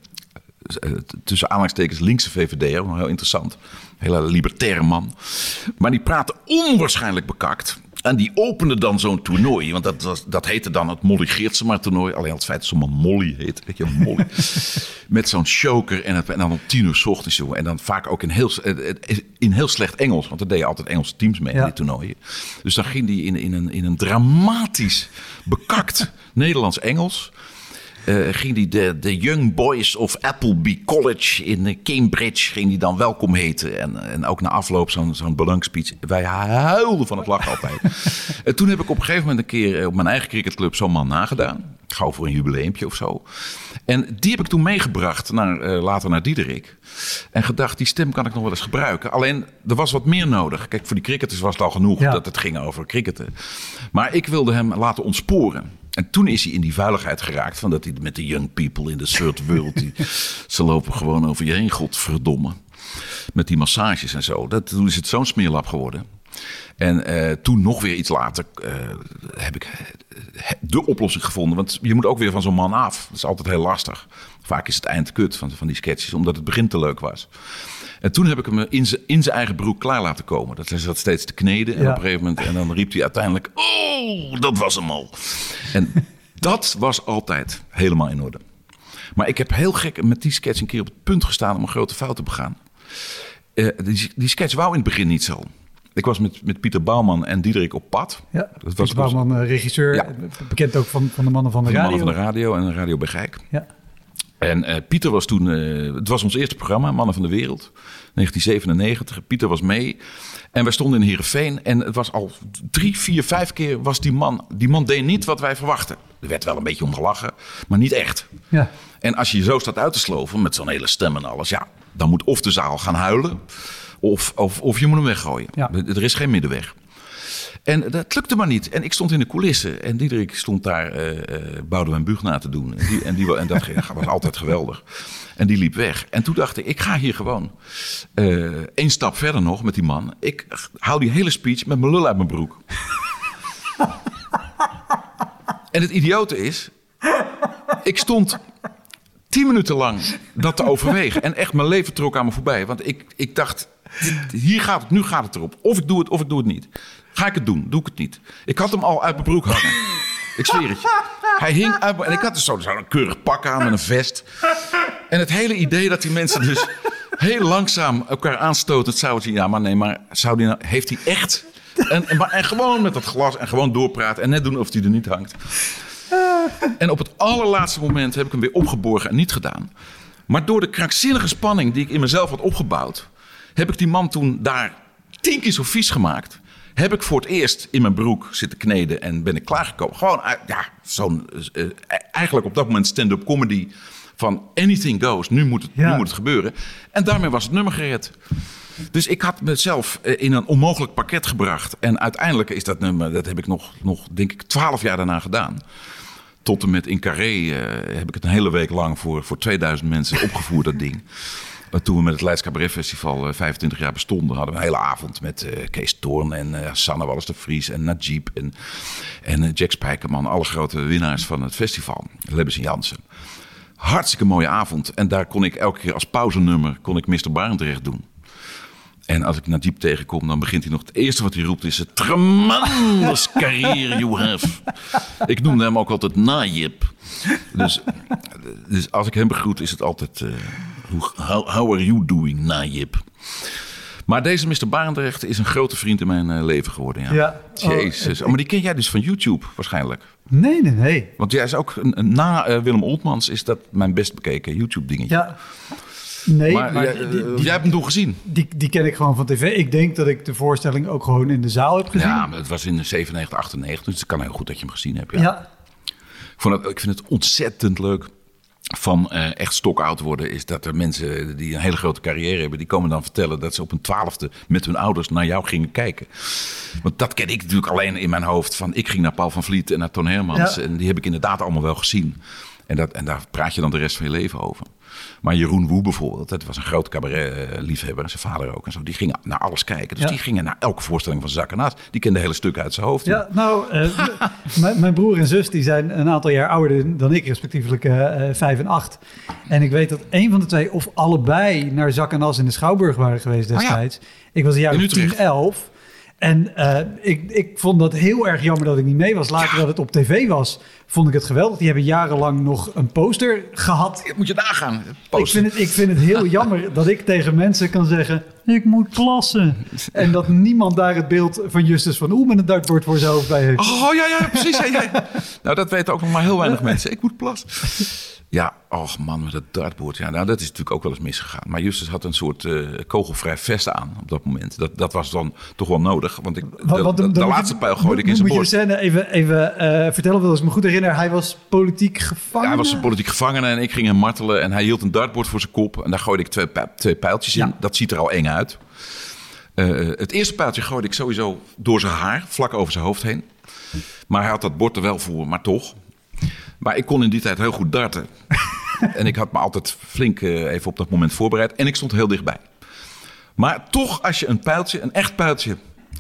tussen aanhalingstekens, linkse VVD'er. Heel interessant. Een hele libertaire man. Maar die praatte onwaarschijnlijk bekakt. En die opende dan zo'n toernooi. Want dat heette dan het Molly Geertsema toernooi. Alleen het feit dat zo'n man Molly heet. Weet je, Molly. Met zo'n choker. En dan om 10:00 's ochtends. Jongen. En dan vaak ook in heel slecht Engels. Want er deden altijd Engelse teams mee in die toernooien. Dus dan ging die in een dramatisch bekakt Nederlands-Engels. Ging die de Young Boys of Appleby College in Cambridge ging die dan welkom heten. En ook na afloop zo'n bedankspeech. Wij huilden van het lachen altijd. En toen heb ik op een gegeven moment een keer op mijn eigen cricketclub zo'n man nagedaan. Gauw voor een jubileumpje of zo. En die heb ik toen meegebracht later naar Diederik. En gedacht, die stem kan ik nog wel eens gebruiken. Alleen, er was wat meer nodig. Kijk, voor die cricketers was het al genoeg dat het ging over cricketen. Maar ik wilde hem laten ontsporen. En toen is hij in die vuiligheid geraakt van dat hij met de young people in de third world, ze lopen gewoon over je heen, godverdomme. Met die massages en zo. Toen is het zo'n smeerlap geworden. En toen nog weer iets later heb ik de oplossing gevonden. Want je moet ook weer van zo'n man af. Dat is altijd heel lastig. Vaak is het eind kut van die sketches, omdat het begin te leuk was. En toen heb ik hem in zijn eigen broek klaar laten komen. Dat zat steeds te kneden. En op een gegeven moment, en dan riep hij uiteindelijk, oh, dat was hem al. En dat was altijd helemaal in orde. Maar ik heb heel gek met die sketch een keer op het punt gestaan om een grote fout te begaan. Die sketch wou in het begin niet zo. Ik was met Pieter Bouwman en Diederik op pad. Ja, dat was Pieter Bouwman, regisseur. Bekend ook van de mannen van de radio. De mannen van de radio en Radio Begijk. Ja. En Pieter was toen, het was ons eerste programma, Mannen van de Wereld, 1997. Pieter was mee en wij stonden in Heerenveen en het was al 3, 4, 5 keer was die man deed niet wat wij verwachten. Er werd wel een beetje om gelachen, maar niet echt. Ja. En als je zo staat uit te sloven met zo'n hele stem en alles, dan moet of de zaal gaan huilen of je moet hem weggooien. Ja. Er is geen middenweg. En dat lukte maar niet. En ik stond in de coulissen. En Diederik stond daar Boudewijn Buug na te doen. En dat was altijd geweldig. En die liep weg. En toen dacht ik ga hier gewoon 1 stap verder nog met die man. Ik hou die hele speech met mijn lul uit mijn broek. En het idiote is, ik stond 10 minuten lang dat te overwegen. En echt mijn leven trok aan me voorbij. Want ik dacht, nu gaat het erop. Of ik doe het of ik doe het niet. Ga ik het doen? Doe ik het niet? Ik had hem al uit mijn broek hangen. Ik zweer het je. Hij hing uit me. En ik had dus zo'n keurig pak aan met een vest. En het hele idee dat die mensen dus heel langzaam elkaar aanstoten. Heeft hij echt... En gewoon met dat glas en gewoon doorpraten. En net doen of hij er niet hangt. En op het allerlaatste moment heb ik hem weer opgeborgen en niet gedaan. Maar door de krankzinnige spanning die ik in mezelf had opgebouwd, heb ik die man toen daar 10 keer zo vies gemaakt. Heb ik voor het eerst in mijn broek zitten kneden en ben ik klaargekomen. Gewoon, eigenlijk op dat moment stand-up comedy van anything goes. Nu moet het gebeuren. En daarmee was het nummer gered. Dus ik had mezelf in een onmogelijk pakket gebracht. En uiteindelijk is dat nummer, dat heb ik nog denk ik 12 jaar daarna gedaan. Tot en met in Carré heb ik het een hele week lang voor 2000 mensen opgevoerd, dat ding. Toen we met het Leids Cabaret Festival 25 jaar bestonden, hadden we een hele avond met Kees Toorn en Sanne Wallis de Vries en Najib en Jack Spijkerman. Alle grote winnaars van het festival. Lebbes en Jansen. Hartstikke mooie avond. En daar kon ik elke keer als pauzenummer Mr. Barendrecht doen. En als ik Najib tegenkom, dan begint hij nog... Het eerste wat hij roept is... A tremendous career you have. Ik noemde hem ook altijd Najib. Dus als ik hem begroet, is het altijd... how are you doing, Najib? Maar deze Mr. Barendrecht is een grote vriend in mijn leven geworden. Ja. Jezus. Maar die ken jij dus van YouTube waarschijnlijk? Nee. Want jij is ook... Na Willem Oltmans is dat mijn best bekeken YouTube-dingetje. Ja. Nee, maar jij hebt hem toen gezien. Die ken ik gewoon van tv. Ik denk dat ik de voorstelling ook gewoon in de zaal heb gezien. Ja, maar het was in 97, 98. Dus het kan heel goed dat je hem gezien hebt. Ja. Ik vind het ontzettend leuk van echt stokoud worden... is dat er mensen die een hele grote carrière hebben... die komen dan vertellen dat ze op hun 12e met hun ouders naar jou gingen kijken. Want dat ken ik natuurlijk alleen in mijn hoofd. Van ik ging naar Paul van Vliet en naar Toon Hermans. Ja. En die heb ik inderdaad allemaal wel gezien. En daar praat je dan de rest van je leven over. Maar Jeroen Woe bijvoorbeeld, dat was een groot cabaret-liefhebber. En zijn vader ook en zo. Die gingen naar alles kijken. Dus die gingen naar elke voorstelling van Zak en As. Die kende hele stukken uit zijn hoofd. Ja, nou, mijn broer en zus die zijn een aantal jaar ouder dan ik, respectievelijk 5 en 8. En ik weet dat een van de twee of allebei naar Zak en As in de Schouwburg waren geweest destijds. Oh ja. Ik was een jaar 10, 11. En ik vond dat heel erg jammer dat ik niet mee was. Later dat het op tv was, vond ik het geweldig. Die hebben jarenlang nog een poster gehad. Dat moet je nagaan. Ik vind het heel jammer dat ik tegen mensen kan zeggen... ik moet plassen. En dat niemand daar het beeld van Justus van Oel met een dartbord voor zijn hoofd bij heeft. Oh ja, precies. Ja. Nou, dat weten ook nog maar heel weinig mensen. Ik moet plassen. Ja, man, met dat dartboard. Ja, nou, dat is natuurlijk ook wel eens misgegaan. Maar Justus had een soort kogelvrij vest aan op dat moment. Dat was dan toch wel nodig. Want de laatste pijl gooide ik in zijn borst. Moet je de scène even vertellen, als ik me goed herinner. Hij was politiek gevangene. Ja, hij was een politiek gevangene en ik ging hem martelen. En hij hield een dartboard voor zijn kop. En daar gooide ik twee pijltjes in. Dat ziet er al eng uit. Het eerste pijltje gooide ik sowieso door zijn haar. Vlak over zijn hoofd heen. Maar hij had dat bord er wel voor, maar toch... Maar ik kon in die tijd heel goed darten. En ik had me altijd flink even op dat moment voorbereid. En ik stond heel dichtbij. Maar toch, als je een echt pijltje...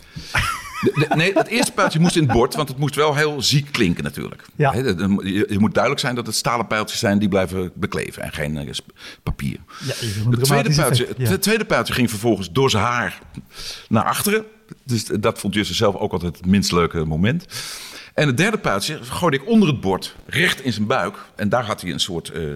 Nee, het eerste pijltje moest in het bord. Want het moest wel heel ziek klinken natuurlijk. Ja. Je moet duidelijk zijn dat het stalen pijltjes zijn die blijven bekleven. En geen papier. Ja, het tweede pijltje ging vervolgens door zijn haar naar achteren. Dus dat vond Justus zelf ook altijd het minst leuke moment. En het derde pijltje gooide ik onder het bord, recht in zijn buik. En daar had hij een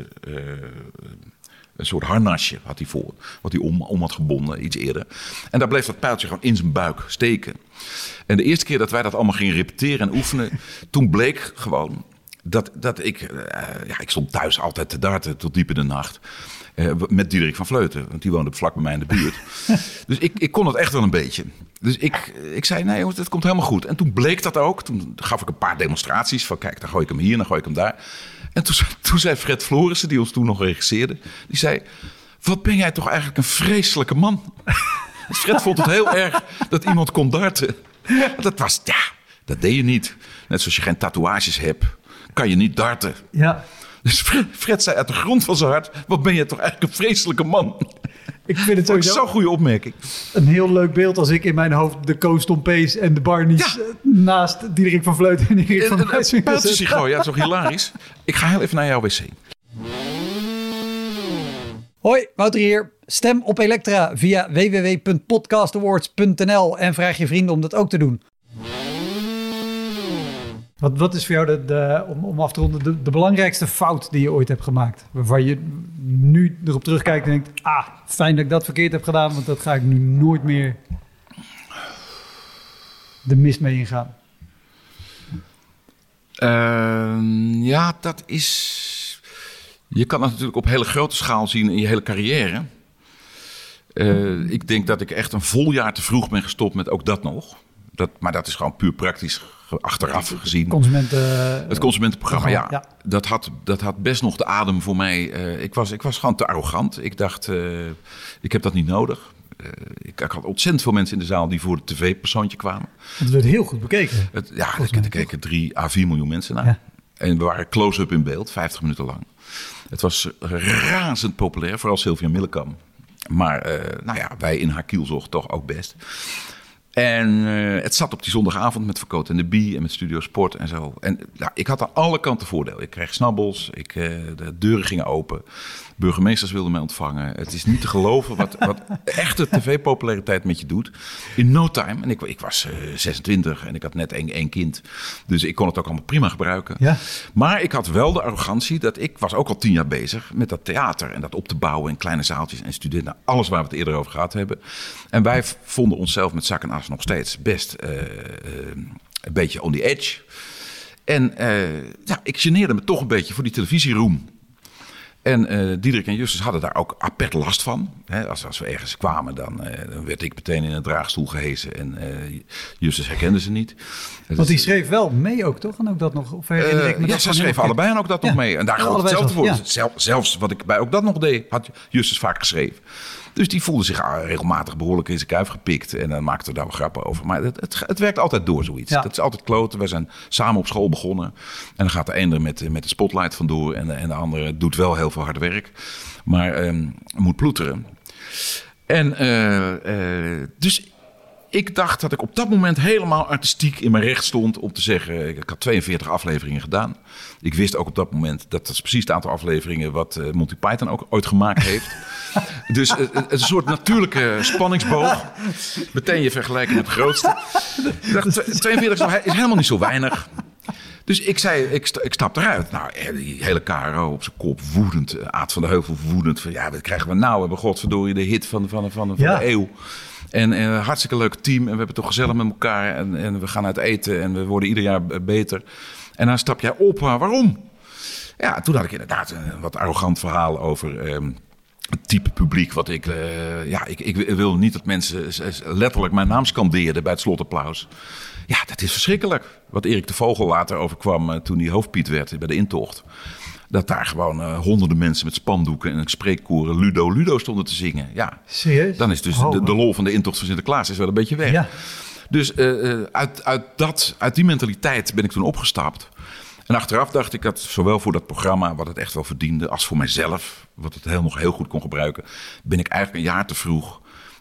soort harnasje had hij voor, wat hij om had gebonden iets eerder. En daar bleef dat pijltje gewoon in zijn buik steken. En de eerste keer dat wij dat allemaal gingen repeteren en oefenen... toen bleek gewoon dat ik... ik stond thuis altijd te darten tot diep in de nacht. Met Diederik van Vleuten, want die woonde vlak bij mij in de buurt. Dus ik kon het echt wel een beetje. Dus ik zei, nee jongens, het komt helemaal goed. En toen bleek dat ook. Toen gaf ik een paar demonstraties van... kijk, dan gooi ik hem hier, dan gooi ik hem daar. En toen zei Fred Florissen, die ons toen nog regisseerde... die zei, wat ben jij toch eigenlijk een vreselijke man. Dus Fred vond het heel erg dat iemand kon darten. Dat deed je niet. Net zoals je geen tatoeages hebt, kan je niet darten. Ja. Dus Fred zei uit de grond van zijn hart... wat ben je toch eigenlijk een vreselijke man. Ik vind het sowieso zo'n goede opmerking. Een heel leuk beeld als ik in mijn hoofd... de Koos Tompees en de Barneys naast Diederik van Vleuten en Erik van Muiswinkel. Pijltjes gooien, ja, dat is toch hilarisch. Ik ga heel even naar jouw wc. Hoi, Wouter hier. Stem op Elektra via www.podcastawards.nl... en vraag je vrienden om dat ook te doen. Wat is voor jou om af te ronden de belangrijkste fout die je ooit hebt gemaakt? Waarvan je nu erop terugkijkt en denkt... fijn dat ik dat verkeerd heb gedaan... want dat ga ik nu nooit meer de mist mee ingaan. Ja, dat is... Je kan dat natuurlijk op hele grote schaal zien in je hele carrière. Ik denk dat ik echt een vol jaar te vroeg ben gestopt met ook dat nog. Maar dat is gewoon puur praktisch achteraf gezien. Het consumentenprogramma, ja. Dat had best nog de adem voor mij. Ik was gewoon te arrogant. Ik dacht, ik heb dat niet nodig. Ik had ontzettend veel mensen in de zaal die voor het tv-persoontje kwamen. Het werd heel goed bekeken. Er keken 3 à 4 miljoen mensen naar. Ja. En we waren close-up in beeld, 50 minuten lang. Het was razend populair, vooral Sylvia Millekam. Maar wij in haar kielzog toch ook best. En het zat op die zondagavond met Verkoot en de Bie en met Studio Sport en zo. En ik had aan alle kanten voordeel. Ik kreeg snabbels, de deuren gingen open. Burgemeesters wilden mij ontvangen. Het is niet te geloven wat echte tv-populariteit met je doet. In no time. En ik was 26 en ik had net één kind. Dus ik kon het ook allemaal prima gebruiken. Ja. Maar ik had wel de arrogantie dat ik was ook al 10 jaar bezig met dat theater. En dat op te bouwen in kleine zaaltjes en studenten. Nou, alles waar we het eerder over gehad hebben. En wij vonden onszelf met zak en as nog steeds best een beetje on the edge. En ik geneerde me toch een beetje voor die televisieroem. En Diederik en Justus hadden daar ook apert last van. Als we ergens kwamen, dan werd ik meteen in een draagstoel gehesen. En Justus herkende ze niet. Want die schreef wel mee ook, toch? En ook dat nog? Of ze schreven allebei en ook dat nog mee. En daar geldt hetzelfde voor. Ja. Zelfs wat ik bij ook dat nog deed, had Justus vaak geschreven. Dus die voelde zich regelmatig behoorlijk in zijn kuif gepikt. En dan maakten we daar wel grappen over. Maar het werkt altijd door, zoiets. Ja. Dat is altijd kloten. We zijn samen op school begonnen. En dan gaat de ene met de spotlight vandoor. En de andere doet wel heel veel hard werk. Maar moet ploeteren. En dus ik dacht dat ik op dat moment helemaal artistiek in mijn recht stond om te zeggen... Ik had 42 afleveringen gedaan. Ik wist ook op dat moment dat is precies het aantal afleveringen... wat Monty Python ook ooit gemaakt heeft. Dus het is een soort natuurlijke spanningsboog. Meteen je vergelijking met het grootste. Ik dacht, 42 is helemaal niet zo weinig. Dus ik zei, ik stap eruit. Nou, die hele KRO op zijn kop, woedend. Aad van der Heuvel woedend. Van, ja, wat krijgen we nou? We hebben godverdorie de hit van de eeuw. En hartstikke leuk team. En we hebben het toch gezellig met elkaar. En we gaan uit eten. En we worden ieder jaar beter. En dan stap jij op. Waarom? Ja, toen had ik inderdaad een wat arrogant verhaal over... het type publiek wat ik wil niet dat mensen letterlijk mijn naam scandeerden bij het slotapplaus. Ja, dat is verschrikkelijk. Wat Erik de Vogel later overkwam toen hij hoofdpiet werd bij de intocht. Dat daar gewoon honderden mensen met spandoeken en spreekkoren Ludo stonden te zingen. Ja, serieus? Dan is dus de lol van de intocht van Sinterklaas is wel een beetje weg. Ja. Dus uit die mentaliteit ben ik toen opgestapt. En achteraf dacht ik dat zowel voor dat programma, wat het echt wel verdiende, als voor mijzelf, wat het nog heel goed kon gebruiken, ben ik eigenlijk een jaar te vroeg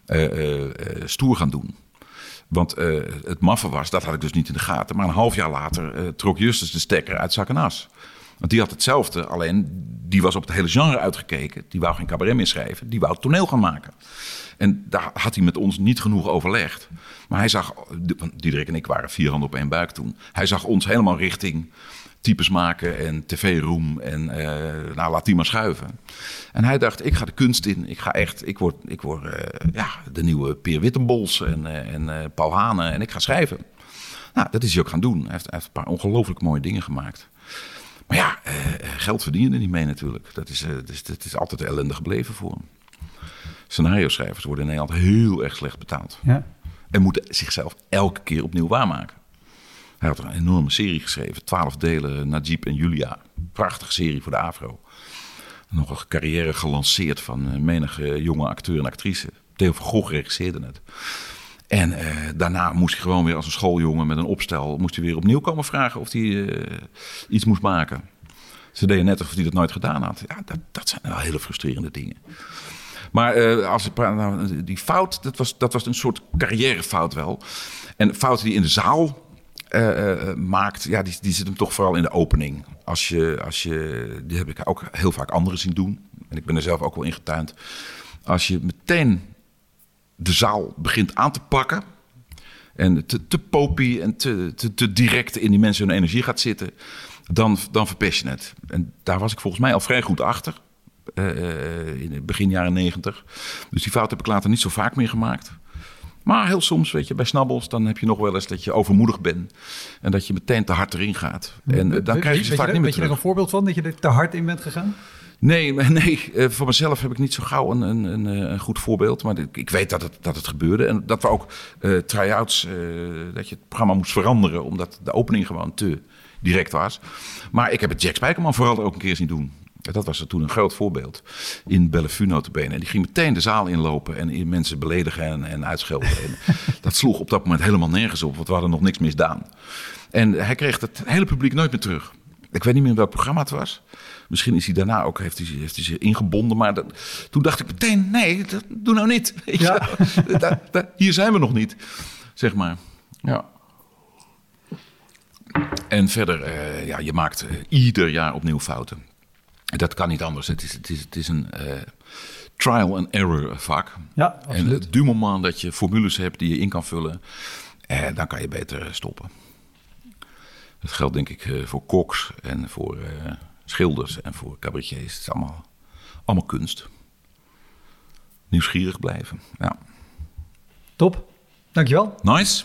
stoer gaan doen. Want het maffe was, dat had ik dus niet in de gaten. Maar een half jaar later trok Justus de stekker uit zak en as. Want die had hetzelfde, alleen die was op het hele genre uitgekeken. Die wou geen cabaret meer schrijven, die wou het toneel gaan maken. En daar had hij met ons niet genoeg overlegd. Maar hij zag, Diederik en ik waren 4 handen op 1 buik toen. Hij zag ons helemaal richting types maken en tv-roem en laat die maar schuiven. En hij dacht, ik ga de kunst in. Ik word de nieuwe Peer Wittenbols en Paul Hane en ik ga schrijven. Nou, dat is hij ook gaan doen. Hij heeft een paar ongelooflijk mooie dingen gemaakt. Maar ja, geld verdien je er niet mee natuurlijk. Dat is altijd ellendig gebleven voor hem. Scenario-schrijvers worden in Nederland heel erg slecht betaald. Ja. En moeten zichzelf elke keer opnieuw waarmaken. Hij had een enorme serie geschreven. 12 delen, Najib en Julia. Prachtige serie voor de AVRO. Nog een carrière gelanceerd van menige jonge acteur en actrice. Theo van Gogh regisseerde het. En daarna moest hij gewoon weer als een schooljongen met een opstel... moest hij weer opnieuw komen vragen of hij iets moest maken. Ze deden net alsof hij dat nooit gedaan had. Ja, dat zijn wel hele frustrerende dingen. Maar die fout, dat was een soort carrièrefout wel. En fouten die in de zaal maakt, ja, die zit hem toch vooral in de opening. Die heb ik ook heel vaak anderen zien doen. En ik ben er zelf ook wel in getuind. Als je meteen de zaal begint aan te pakken en te popie en te direct in die mensen hun energie gaat zitten, dan verpest je het. En daar was ik volgens mij al vrij goed achter. In het begin jaren 90. Dus die fout heb ik later niet zo vaak meer gemaakt. Maar heel soms, weet je, bij snabbels, dan heb je nog wel eens dat je overmoedig bent. En dat je meteen te hard erin gaat. En dan krijg je ze vaak niet meer terug. Weet je er een voorbeeld van, dat je er te hard in bent gegaan? Nee, voor mezelf heb ik niet zo gauw een goed voorbeeld. Maar ik weet dat het gebeurde. En dat we ook try-outs, dat je het programma moest veranderen. Omdat de opening gewoon te direct was. Maar ik heb het Jack Spijkerman vooral ook een keer zien doen. Dat was er toen een groot voorbeeld. In Bellevue notabene. En die ging meteen de zaal inlopen en mensen beledigen en uitschelden. En dat sloeg op dat moment helemaal nergens op. Want we hadden nog niks misdaan. En hij kreeg het hele publiek nooit meer terug. Ik weet niet meer in welk programma het was. Misschien is hij daarna ook, heeft hij zich ingebonden. Maar toen dacht ik meteen, nee, doe nou niet. Ja. Hier zijn we nog niet. zeg maar. Ja. En verder, je maakt ieder jaar opnieuw fouten. Dat kan niet anders. Het is een trial and error vak. Ja, absoluut. En du moment dat je formules hebt die je in kan vullen, dan kan je beter stoppen. Dat geldt denk ik voor koks en voor schilders en voor cabaretiers. Het is allemaal kunst. Nieuwsgierig blijven. Ja. Top. Dankjewel. Nice.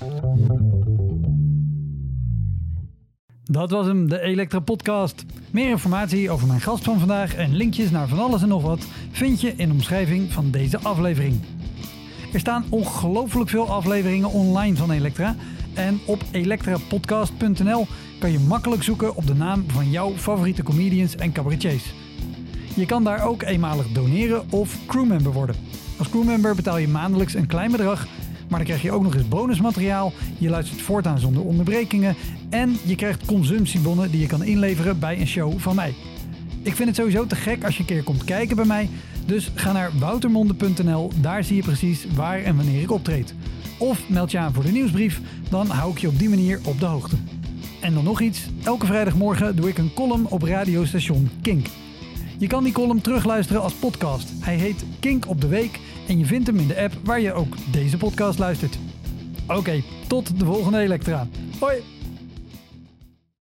Dat was hem, de Elektra Podcast. Meer informatie over mijn gast van vandaag en linkjes naar van alles en nog wat vind je in de omschrijving van deze aflevering. Er staan ongelooflijk veel afleveringen online van Elektra. En op elektrapodcast.nl kan je makkelijk zoeken op de naam van jouw favoriete comedians en cabaretiers. Je kan daar ook eenmalig doneren of crewmember worden. Als crewmember betaal je maandelijks een klein bedrag, maar dan krijg je ook nog eens bonusmateriaal. Je luistert voortaan zonder onderbrekingen en je krijgt consumptiebonnen die je kan inleveren bij een show van mij. Ik vind het sowieso te gek als je een keer komt kijken bij mij, dus ga naar woutermonde.nl, daar zie je precies waar en wanneer ik optreed. Of meld je aan voor de nieuwsbrief, dan hou ik je op die manier op de hoogte. En dan nog iets, elke vrijdagmorgen doe ik een column op radiostation Kink. Je kan die column terugluisteren als podcast. Hij heet Kink op de Week en je vindt hem in de app waar je ook deze podcast luistert. Oké, tot de volgende Elektra. Hoi!